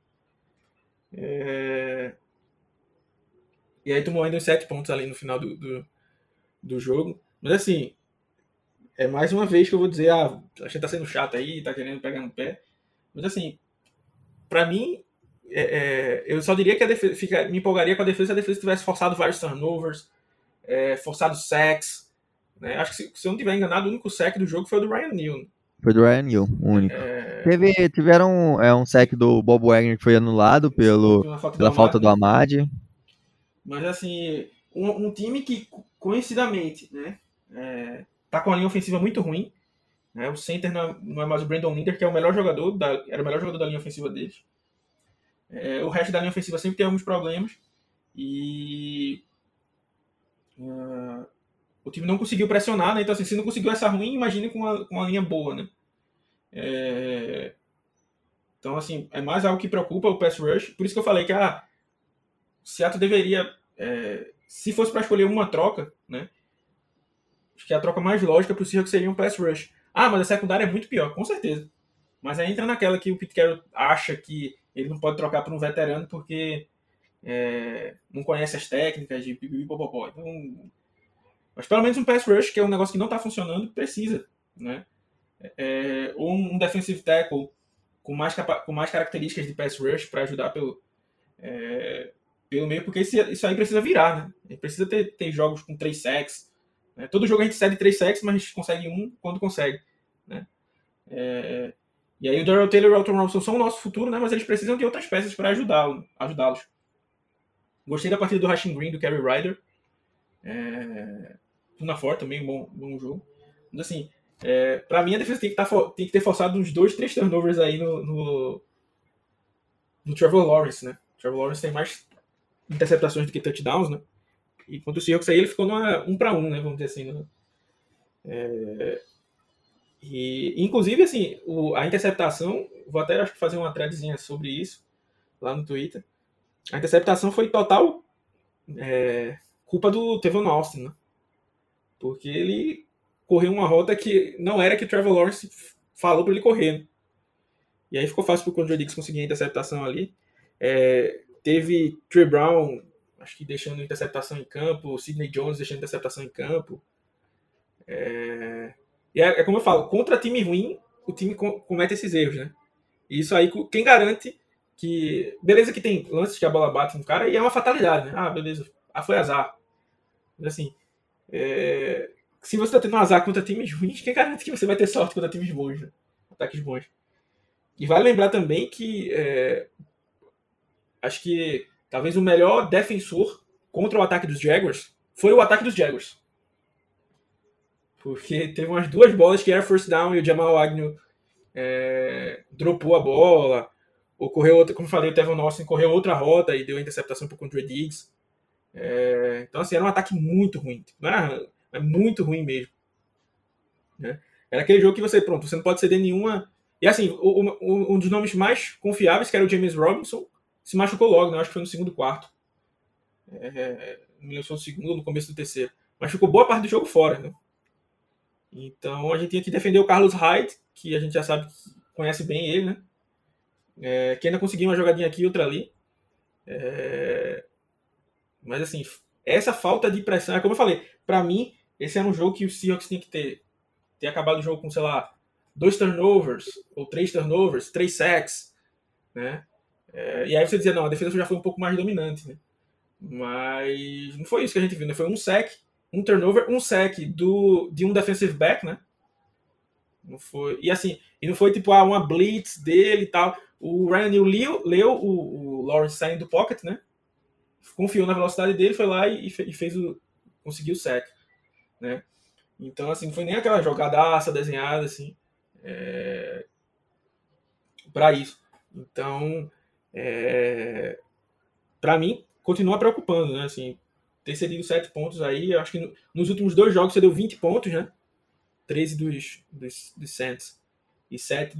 E aí tomou ainda uns 7 pontos ali no final do jogo. Mas assim, é mais uma vez que eu vou dizer, a gente tá sendo chato aí, tá querendo pegar no pé. Mas assim, pra mim, eu só diria que a defesa, me empolgaria com a defesa se a defesa tivesse forçado vários turnovers, forçado sacks. Né? Acho que se eu não tiver enganado, o único sack do jogo foi o do Ryan Neal. Foi do Ryan Neal, o único. Tiveram um sack do Bob Wagner que foi anulado pela falta do Amad. Mas assim, um time que conhecidamente, né, tá com a linha ofensiva muito ruim. Né, o center não é mais o Brandon Linder, que é o melhor jogador era o melhor jogador da linha ofensiva deles. O resto da linha ofensiva sempre tem alguns problemas. E o time não conseguiu pressionar, né? Então, assim, se não conseguiu essa ruim, imagine com uma linha boa, né? Então, assim, é mais algo que preocupa o pass rush. Por isso que eu falei que o Seattle deveria, se fosse para escolher uma troca, né? Acho que a troca mais lógica para o Seahawks seria um pass rush. Mas a secundária é muito pior, com certeza. Mas aí entra naquela que o Pete Carroll acha que ele não pode trocar para um veterano porque não conhece as técnicas de pipipipopopó. Então, mas pelo menos um pass rush, que é um negócio que não está funcionando, precisa. Né? Ou um defensive tackle com mais características de pass rush para ajudar pelo meio, porque isso aí precisa virar. Né? A gente precisa ter jogos com 3 sacks. Né? Todo jogo a gente cede 3 sacks, mas a gente consegue um quando consegue. Né? E aí o Darrell Taylor e o Alton Robinson são o nosso futuro, né? Mas eles precisam de outras peças para ajudá-los. Gostei da partida do Rasheem Green, do Kerry Ryder. Na Ford também, bom jogo. Mas assim, pra mim a defesa tem que ter forçado uns 2-3 turnovers aí no Trevor Lawrence, né? O Trevor Lawrence tem mais interceptações do que touchdowns, né? E quando o Seahawks aí, ele ficou numa 1-1, né? Vamos dizer assim, né? E, inclusive, assim, a interceptação, vou até acho que fazer uma threadzinha sobre isso lá no Twitter. A interceptação foi total culpa do Tavon Austin, né? Porque ele correu uma rota que não era que o Trevor Lawrence falou para ele correr. Né? E aí ficou fácil para o Quandre Diggs conseguir a interceptação ali. Teve Trey Brown, acho que deixando interceptação em campo, Sidney Jones deixando interceptação em campo. E é como eu falo, contra time ruim, o time comete esses erros, né? E isso aí, quem garante que... Beleza que tem lances que a bola bate no cara e é uma fatalidade, né? Beleza. Foi azar. Mas assim, se você tá tendo um azar contra times ruins, quem garante que você vai ter sorte contra times bons, né? Ataques bons. E vale lembrar também que acho que talvez o melhor defensor contra o ataque dos Jaguars foi o ataque dos Jaguars. Porque teve umas 2 bolas que era first down e o Jamal Agnew dropou a bola. Ocorreu outra, como eu falei, o Tavon Austin correu outra rota e deu a interceptação para o Quandre Diggs. Então, assim, era um ataque muito ruim. Não era muito ruim mesmo. Né? Era aquele jogo que você não pode ceder nenhuma. E assim, um dos nomes mais confiáveis, que era o James Robinson, se machucou logo, né? Acho que foi no segundo quarto. Não lembro se foi no segundo ou no começo do terceiro. Mas ficou boa parte do jogo fora, né? Então a gente tinha que defender o Carlos Hyde, que a gente já sabe que conhece bem ele, né? Que ainda conseguiu uma jogadinha aqui e outra ali. Mas assim, essa falta de pressão, como eu falei, pra mim, esse era um jogo que o Seahawks tinha que ter acabado o jogo com, sei lá, 2 turnovers, ou 3 turnovers, 3 sacks, né? E aí você dizia, não, a defesa já foi um pouco mais dominante, né? Mas não foi isso que a gente viu, né? Foi um sack, um turnover, um sack de um defensive back, né? Não foi, e assim, não foi tipo uma blitz dele e tal. O Ryan Neal leu o Lawrence saindo do pocket, né? confiou na velocidade dele, foi lá e conseguiu o sack, né? Então, assim, não foi nem aquela jogadaça desenhada, assim, para isso. Então, para mim, continua preocupando, né? Assim, ter cedido 7 pontos aí, eu acho que nos últimos 2 jogos você deu 20 pontos, né? 13 dos Saints e 7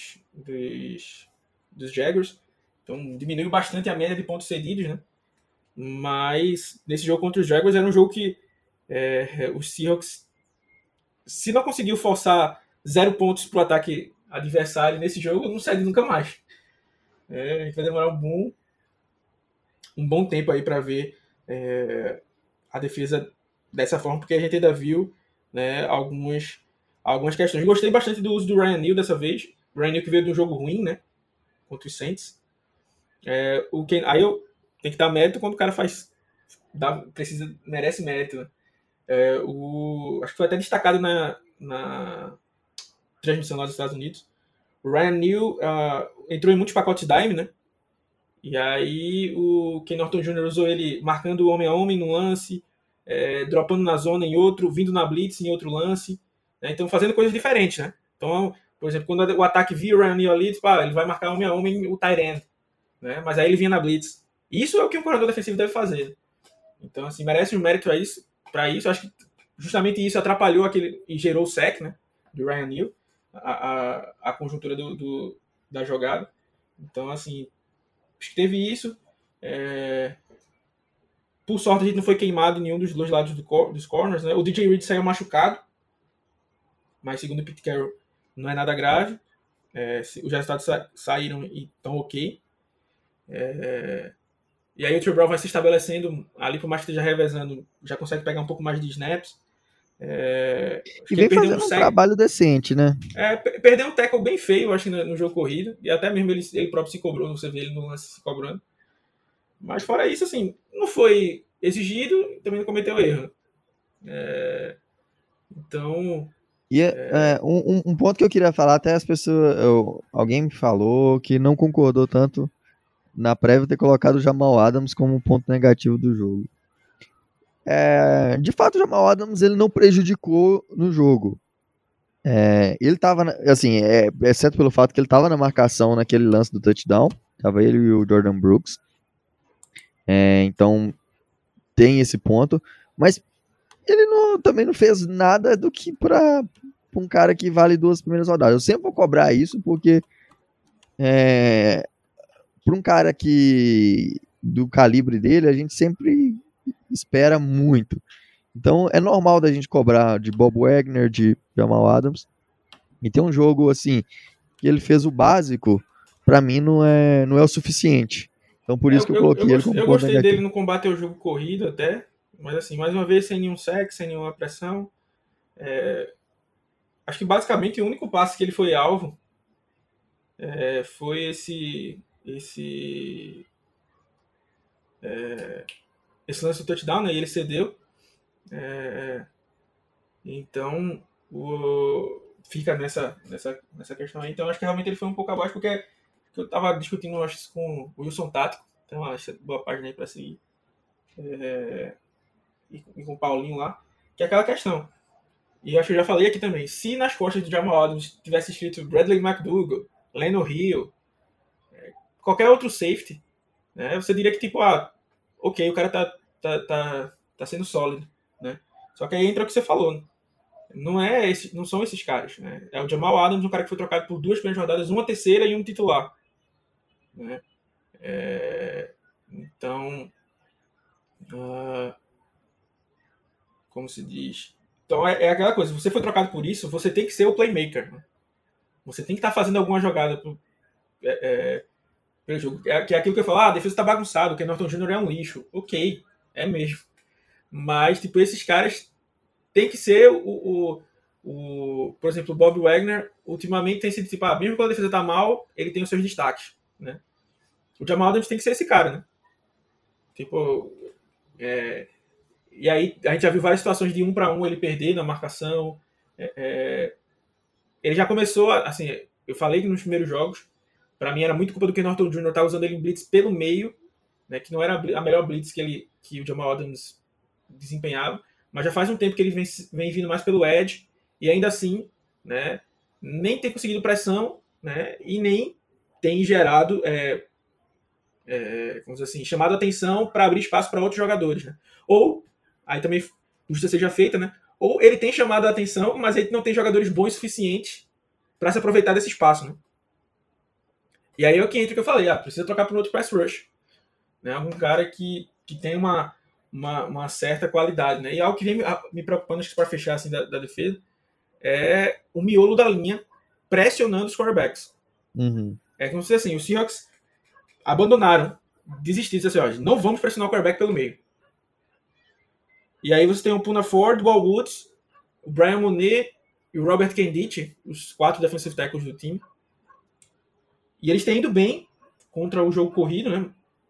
dos Jaguars. Então, diminuiu bastante a média de pontos cedidos, né? Mas, nesse jogo contra os Jaguars, era um jogo que os Seahawks, se não conseguiu forçar 0 pontos para o ataque adversário nesse jogo, não cede nunca mais. A gente vai demorar um bom tempo aí para ver a defesa dessa forma, porque a gente ainda viu, né, algumas questões. Gostei bastante do uso do Ryan Neal dessa vez. O Ryan Neal que veio de um jogo ruim, né, contra os Saints. Aí eu tenho que dar mérito quando o cara merece mérito, né? Acho que foi até destacado na transmissão lá dos Estados Unidos. O Ryan Neal entrou em muitos pacotes dime, né? E aí o Ken Norton Jr. usou ele marcando homem a homem no lance, dropando na zona em outro, vindo na blitz em outro lance, né? Então fazendo coisas diferentes, né? Então, por exemplo, quando o ataque via o Ryan Neal ali, ele vai marcar homem a homem o tight end, né? Mas aí ele vinha na blitz. Isso é o que um corredor defensivo deve fazer. Então, assim, merece um mérito para isso. Acho que justamente isso atrapalhou e gerou o sack, né, do Ryan Neal, a conjuntura da jogada. Então, assim, acho que teve isso. Por sorte, a gente não foi queimado em nenhum dos dois lados dos corners, né? O DJ Reed saiu machucado, mas segundo o Pete Carroll, não é nada grave. Os resultados saíram e estão ok. E aí o Trey Brown vai se estabelecendo ali, por mais que esteja revezando, já consegue pegar um pouco mais de snaps. E vem fazendo um trabalho decente, né? Perdeu um tackle bem feio, acho que no jogo corrido, e até mesmo ele próprio se cobrou, você vê ele no lance se cobrando. Mas fora isso, assim, não foi exigido, também não cometeu erro. Então... E um ponto que eu queria falar, até as pessoas... alguém me falou que não concordou tanto na prévia ter colocado o Jamal Adams como um ponto negativo do jogo. De fato, o Jamal Adams ele não prejudicou no jogo. Ele estava, assim, exceto pelo fato que ele estava na marcação naquele lance do touchdown, estava ele e o Jordan Brooks. Então, tem esse ponto. Mas ele também não fez nada do que para um cara que vale 2 primeiras rodadas. Eu sempre vou cobrar isso, porque para um cara do calibre dele, a gente sempre espera muito. Então é normal da gente cobrar de Bob Wagner, de Jamal Adams. E tem um jogo assim que ele fez o básico, para mim não é o suficiente. Então por isso que eu coloquei ele como ponto negativo. Eu gostei dele no combate ao jogo corrido até, mas assim, mais uma vez sem nenhum sack, sem nenhuma pressão. Acho que basicamente o único passe que ele foi alvo foi esse lance do touchdown, né? E ele cedeu. Então fica nessa questão aí. Então acho que realmente ele foi um pouco abaixo, porque eu estava discutindo, acho, isso com o Wilson Tático. Então acho boa página aí para seguir. E com o Paulinho lá, que é aquela questão. E acho que eu já falei aqui também. Se nas costas do Jamal Adams tivesse escrito Bradley McDougall, Leno Hill, qualquer outro safety, né, você diria que tipo, ok, o cara tá sendo sólido, né? Só que aí entra o que você falou, né? Não são esses caras, né? É o Jamal Adams, um cara que foi trocado por 2 primeiras rodadas, uma terceira e um titular, né? Então, como se diz? Então é aquela coisa, se você foi trocado por isso, você tem que ser o playmaker, né? Você tem que estar fazendo alguma jogada pelo jogo. Que é aquilo que eu falo, a defesa tá bagunçada, o Ken Norton Jr. é um lixo. Ok, é mesmo. Mas, tipo, esses caras tem que ser por exemplo, o Bob Wagner, ultimamente tem sido, tipo, mesmo quando a defesa tá mal, ele tem os seus destaques, né? O Jamal Adams tem que ser esse cara, né? Tipo, e aí a gente já viu várias situações de 1 para 1 ele perder na marcação. Ele já começou, assim, eu falei que nos primeiros jogos, para mim era muito culpa do Ken Norton Jr. estar usando ele em blitz pelo meio né, que não era a melhor blitz que o Jamal Adams desempenhava, mas já faz um tempo que ele vem vindo mais pelo edge, e ainda assim, né, nem tem conseguido pressão, né, e nem tem gerado, vamos dizer assim, chamado a atenção para abrir espaço para outros jogadores. Né? Ou, aí também justiça seja feita, né? Ou ele tem chamado a atenção, mas ele não tem jogadores bons o suficiente para se aproveitar desse espaço. Né? E aí é o que entra que eu falei, precisa trocar por outro pass rush. Né? Algum cara que tem uma certa qualidade. Né? E algo que vem me preocupando, acho que para fechar assim, da defesa, é o miolo da linha pressionando os quarterbacks. Uhum. É como se assim, os Seahawks abandonaram, desistiram, assim, ó, não vamos pressionar o quarterback pelo meio. E aí você tem o Poona Ford, o Al Woods, o Brian Monet e o Robert Kendrick, os 4 defensive tackles do time. E eles têm ido bem contra o jogo corrido, né?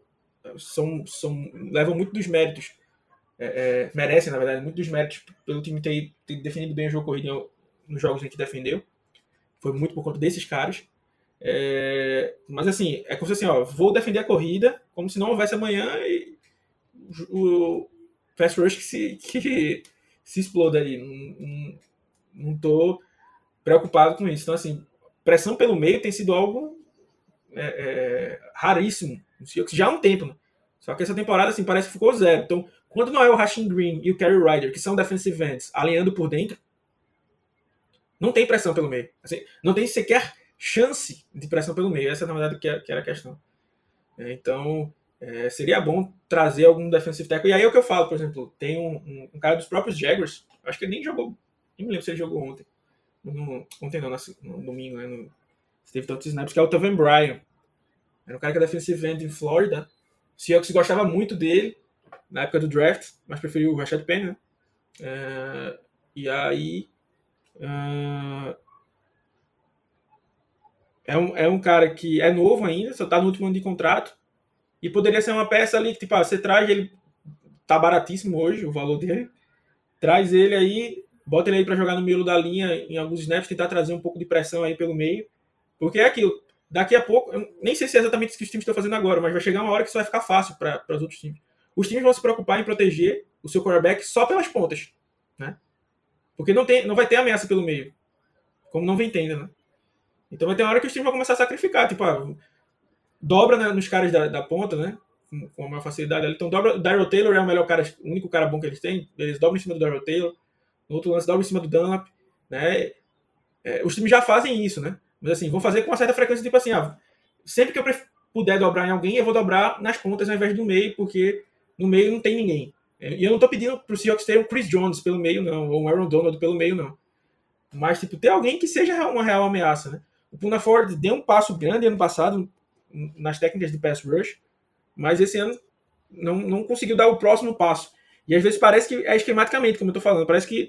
Levam muito dos méritos, merecem, na verdade, muito dos méritos pelo time ter definido bem o jogo corrido nos jogos em que defendeu. Foi muito por conta desses caras. Mas assim, é como se assim, vou defender a corrida como se não houvesse amanhã e o pass rush que se exploda ali. Não tô preocupado com isso. Então assim, pressão pelo meio tem sido algo raríssimo já há um tempo, né? Só que essa temporada assim, parece que ficou zero. Então, quando não é o Rasheem Green e o Kerry Ryder, que são defensive ends, alinhando por dentro, não tem pressão pelo meio. Assim, não tem sequer chance de pressão pelo meio. Essa, na verdade, que era a questão. Então, seria bom trazer algum defensive tackle. E aí é o que eu falo, por exemplo, tem um cara dos próprios Jaguars, acho que ele nem jogou, nem me lembro se ele jogou ontem. Ontem não, no domingo, né? Teve tantos snaps, que é o Taven Bryan. Era um cara que é defensive end em Flórida. O Seahawks gostava muito dele na época do draft, mas preferiu o Rashad Penny, né? E aí... É um cara que é novo ainda, só tá no último ano de contrato, e poderia ser uma peça ali que, tipo, você traz ele, tá baratíssimo hoje o valor dele, traz ele aí, bota ele aí pra jogar no miolo da linha em alguns snaps, tentar trazer um pouco de pressão aí pelo meio, porque é aquilo, daqui a pouco, eu nem sei se é exatamente isso que os times estão fazendo agora, mas vai chegar uma hora que isso vai ficar fácil para os outros times. Os times vão se preocupar em proteger o seu quarterback só pelas pontas, né? Porque não vai ter ameaça pelo meio, como não vem tendo, né? Então vai ter uma hora que os times vão começar a sacrificar, tipo, dobra, né, nos caras da ponta, né? Com a maior facilidade ali. Então dobra, o Darrell Taylor é o melhor cara, o único cara bom que eles têm. Eles dobram em cima do Darrell Taylor. No outro lance, dobram em cima do Dunlap, né? Os times já fazem isso, né? Mas assim, vão fazer com uma certa frequência, tipo assim, sempre que eu puder dobrar em alguém, eu vou dobrar nas pontas ao invés do meio, porque no meio não tem ninguém. E eu não tô pedindo pro Seahawks ter um Chris Jones pelo meio, não, ou um Aaron Donald pelo meio, não. Mas, tipo, ter alguém que seja uma real ameaça, né? O Poona Ford deu um passo grande ano passado nas técnicas de pass rush, mas esse ano não conseguiu dar o próximo passo. E às vezes parece que é esquematicamente, como eu tô falando, parece que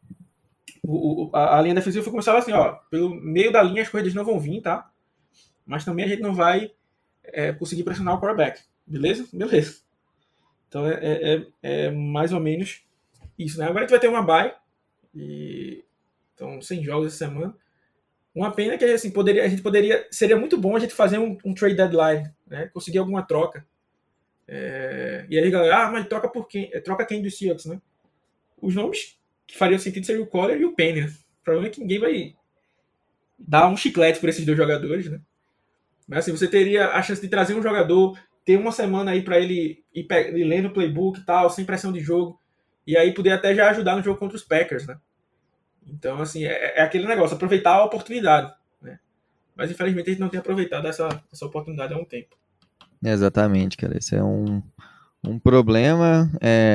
a linha defensiva foi começar assim, pelo meio da linha as corridas não vão vir, tá? Mas também a gente não vai conseguir pressionar o quarterback. Beleza? Beleza. Então é mais ou menos isso, né? Agora a gente vai ter uma bye. Então, 100 jogos essa semana. Uma pena que assim, seria muito bom a gente fazer um trade deadline, né? Conseguir alguma troca. E aí, galera, mas troca por quem? Troca quem dos Seahawks, né? Os nomes que fariam sentido seriam o Collier e o Penny. O problema é que ninguém vai dar um chiclete por esses dois jogadores, né? Mas assim, você teria a chance de trazer um jogador, ter uma semana aí para ele ir lendo o playbook e tal, sem pressão de jogo, e aí poder até já ajudar no jogo contra os Packers, né? Então, assim, é aquele negócio, aproveitar a oportunidade, né? Mas, infelizmente, a gente não tem aproveitado essa oportunidade há um tempo. Exatamente, cara. Esse é um problema.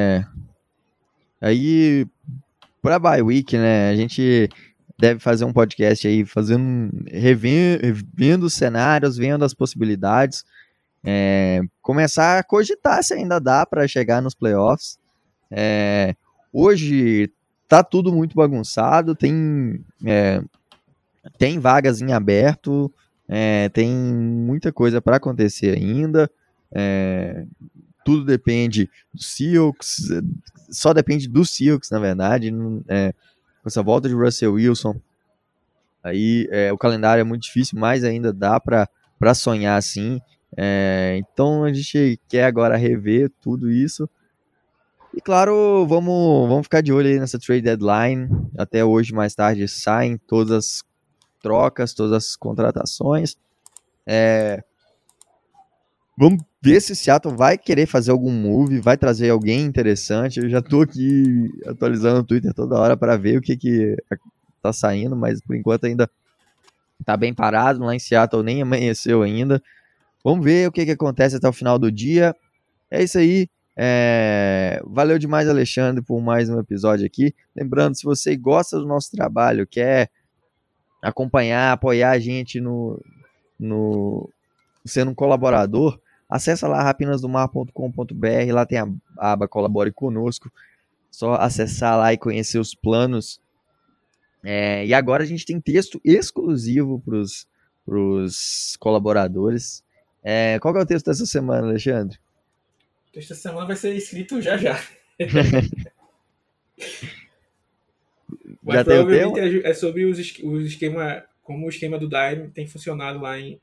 Aí, para bye week, né, a gente deve fazer um podcast aí, revendo os cenários, vendo as possibilidades, começar a cogitar se ainda dá para chegar nos playoffs. Hoje tá tudo muito bagunçado, tem vagas em aberto, tem muita coisa para acontecer ainda, tudo depende do Seahawks, só depende do Seahawks, na verdade, com essa volta de Russell Wilson, aí o calendário é muito difícil, mas ainda dá para sonhar assim, Então a gente quer agora rever tudo isso. E claro, vamos ficar de olho aí nessa trade deadline. Até hoje, mais tarde, saem todas as trocas, todas as contratações. Vamos ver se o Seattle vai querer fazer algum move, vai trazer alguém interessante. Eu já tô aqui atualizando o Twitter toda hora para ver o que tá saindo, mas por enquanto ainda tá bem parado. Lá em Seattle nem amanheceu ainda. Vamos ver o que acontece até o final do dia. É isso aí. Valeu demais, Alexandre, por mais um episódio aqui. Lembrando, se você gosta do nosso trabalho, quer acompanhar, apoiar a gente sendo um colaborador, acessa lá rapinasdomar.com.br, lá tem a aba Colabore Conosco, só acessar lá e conhecer os planos. E agora a gente tem texto exclusivo para os colaboradores. Qual que é o texto dessa semana, Alexandre? O texto dessa semana vai ser escrito já. Mas Já provavelmente é sobre os esquema, como o esquema do Dime tem funcionado lá em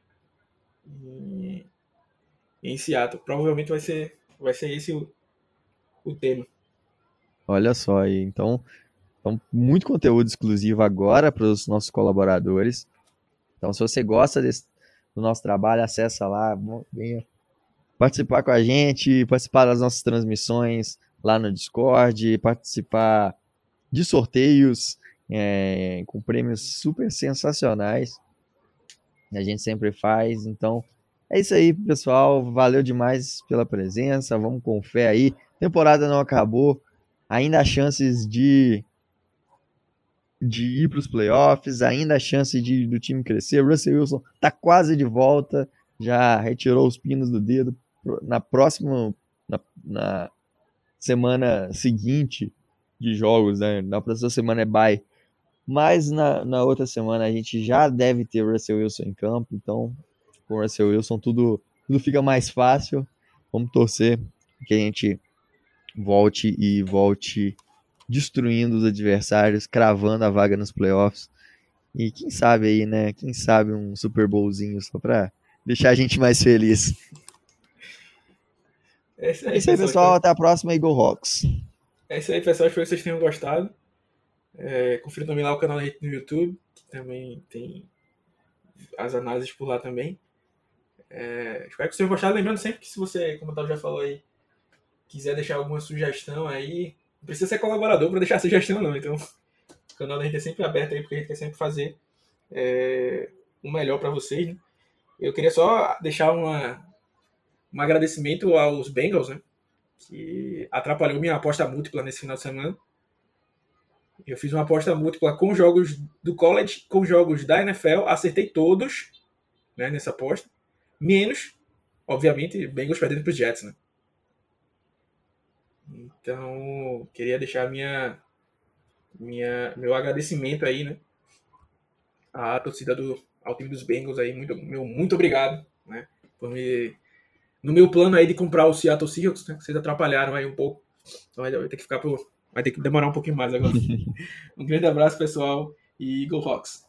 Seattle. Provavelmente vai ser esse o tema. Olha só aí, então muito conteúdo exclusivo agora para os nossos colaboradores. Então, se você gosta do nosso trabalho, acessa lá, venha participar com a gente, participar das nossas transmissões lá no Discord, participar de sorteios com prêmios super sensacionais. A gente sempre faz. Então, é isso aí, pessoal. Valeu demais pela presença. Vamos com fé aí. Temporada não acabou. Ainda há chances de ir para os playoffs, ainda há chance do time crescer. O Russell Wilson está quase de volta, já retirou os pinos do dedo. Na semana seguinte de jogos, né? Na próxima semana é bye. Mas na outra semana a gente já deve ter o Russell Wilson em campo, então com o Russell Wilson tudo fica mais fácil. Vamos torcer que a gente volte destruindo os adversários, cravando a vaga nos playoffs. E quem sabe aí, né? Quem sabe um Super Bowlzinho só pra deixar a gente mais feliz. É isso aí, pessoal. Até a próxima, Eagle Hawks. É isso aí, pessoal. Espero que vocês tenham gostado. Confira também lá o canal da gente no YouTube, que também tem as análises por lá também. Espero que vocês tenham gostado. Lembrando sempre que se você, como o Otávio já falou aí, quiser deixar alguma sugestão aí, não precisa ser colaborador para deixar sugestão não, então o canal da gente é sempre aberto aí, porque a gente quer sempre fazer o melhor para vocês, né? Eu queria só deixar um agradecimento aos Bengals, né, que atrapalhou minha aposta múltipla nesse final de semana. Eu fiz uma aposta múltipla com jogos do college, com jogos da NFL, acertei todos, né, nessa aposta, menos, obviamente, Bengals perdendo para os Jets, né. Então, queria deixar meu agradecimento aí, né, à torcida ao time dos Bengals aí, muito obrigado, né, por no meu plano aí de comprar o Seattle Seahawks, né, que vocês atrapalharam aí um pouco, então vai ter que demorar um pouquinho mais agora. Um grande abraço, pessoal, e Go Hawks!